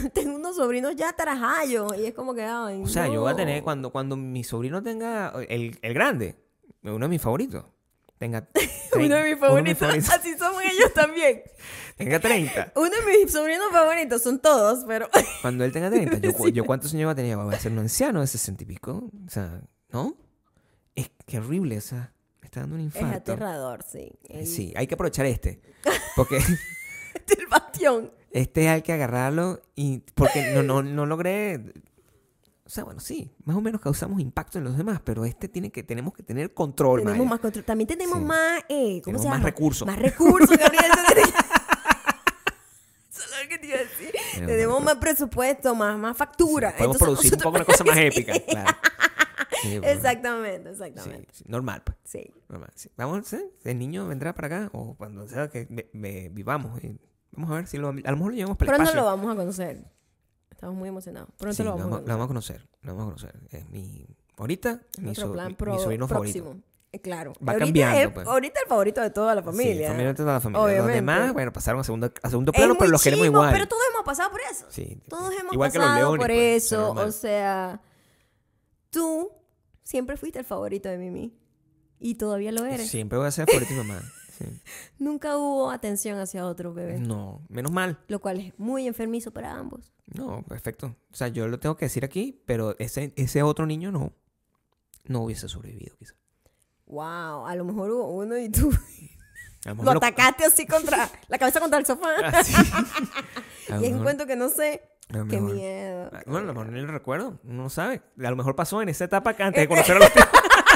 unos sobrinos ya tarajallos. Y es como que, ay, O sea, no. yo voy a tener, cuando, cuando mi sobrino tenga, el, el grande, uno de mis favoritos, tenga... Uno de mis favoritos. Uno de mis favoritos, Así son ellos también. tenga treinta. Uno de mis sobrinos favoritos son todos, pero... Cuando él tenga treinta, yo, Sí. yo ¿cuántos años va a tener? Voy a ser un anciano de sesenta y pico. O sea, ¿no? Es que horrible, o sea, me está dando un Es infarto. aterrador, sí. El, Sí, hay que aprovechar este. Porque el bastión. este hay que agarrarlo y... Porque no, no, no logré... O sea, bueno, sí, más o menos causamos impacto en los demás, pero este tiene que, tenemos que tener control, Tenemos Maya. más control. También tenemos Sí. más... Eh, ¿Cómo Tenemos se llama? más recursos. Más recursos, Gabriel. Eso que te- Eso es lo que te iba a decir. Tenemos Tenemos más más presupuesto, más, más factura. Sí, podemos Entonces, producir un nosotros- poco una cosa más épica, claro. Sí, bueno, Exactamente, sí, exactamente. sí, normal, pues. Sí. normal, sí. Vamos, ¿sí? El niño vendrá para acá o cuando sea que me- me vivamos. y vamos a ver si lo, a lo mejor lo llevamos para el Pronto espacio. lo vamos a conocer. Estamos muy emocionados. Pronto Sí, lo vamos, lo, a vamos, lo vamos conocer. a conocer. Lo vamos a conocer. Es mi, ahorita, mi, Nuestro so- plan mi- pro- mi sobrino próximo. favorito. Eh, Claro. Va ahorita cambiando, es- pues. Ahorita el favorito de toda la Sí, familia. familia de toda la familia. Obviamente. Los demás, bueno, pasaron a segundo, a segundo Es plano, pero muy los queremos chimbo, igual. Pero todos hemos pasado por eso. Sí. Todos hemos Igual que los pasado leones, por pues, eso. normal. O sea, tú siempre fuiste el favorito de Mimi. Y todavía lo eres. Siempre voy a ser el favorito de mi mamá. Sí. Nunca hubo atención hacia otro bebé. No, menos mal. Lo cual es muy enfermizo para ambos. No, perfecto. O sea, yo lo tengo que decir aquí, pero ese, ese otro niño no, no hubiese sobrevivido, quizás. Wow, a lo mejor hubo uno y tú A lo lo mejor atacaste así contra la cabeza contra el sofá. Ah, sí. A lo Y es un mejor- cuento que no sé. a lo Qué mejor- miedo. Ah, Bueno, a lo mejor ni lo recuerdo. Uno no sabe. A lo mejor pasó en esa etapa que antes de conocer a los tíos.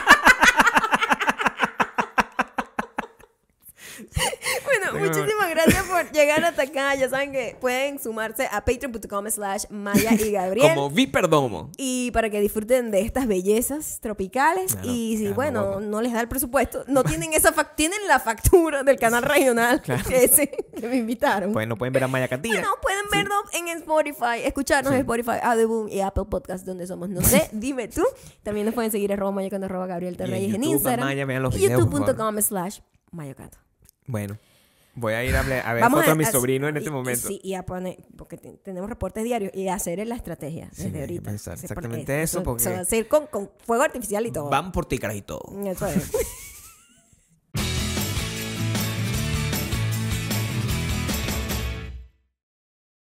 Bueno, muchísimas gracias por llegar hasta acá. Ya saben que pueden sumarse a patreon.com slash Maya y Gabriel. Como Viperdomo. Y para que disfruten de estas bellezas tropicales. Claro, y si, claro, bueno, guapo. no les da el presupuesto, no tienen esa fac- tienen la factura del canal regional ese que me invitaron. Pues no pueden ver a Maya Catira. Bueno, pueden vernos en Spotify, escucharnos Sí. en Spotify, Audioboom y Apple Podcast, donde somos. No sé, dime tú. También nos pueden seguir arroba mayocando arroba Gabriel Y Terreyes en en, YouTube, Instagram. Maya, vean los y videos, por favor. youtube.com slash mayocato. Bueno, voy a ir a, ble- a ver fotos de mi sobrino en este y- momento. Y, sí, y a poner, porque te- tenemos reportes diarios, y a hacer la estrategia Sí, desde hay que ahorita. pensar Sí, exactamente porque eso, porque- Se va a hacer con, con fuego artificial y todo. Van por ti, carajito. Eso es.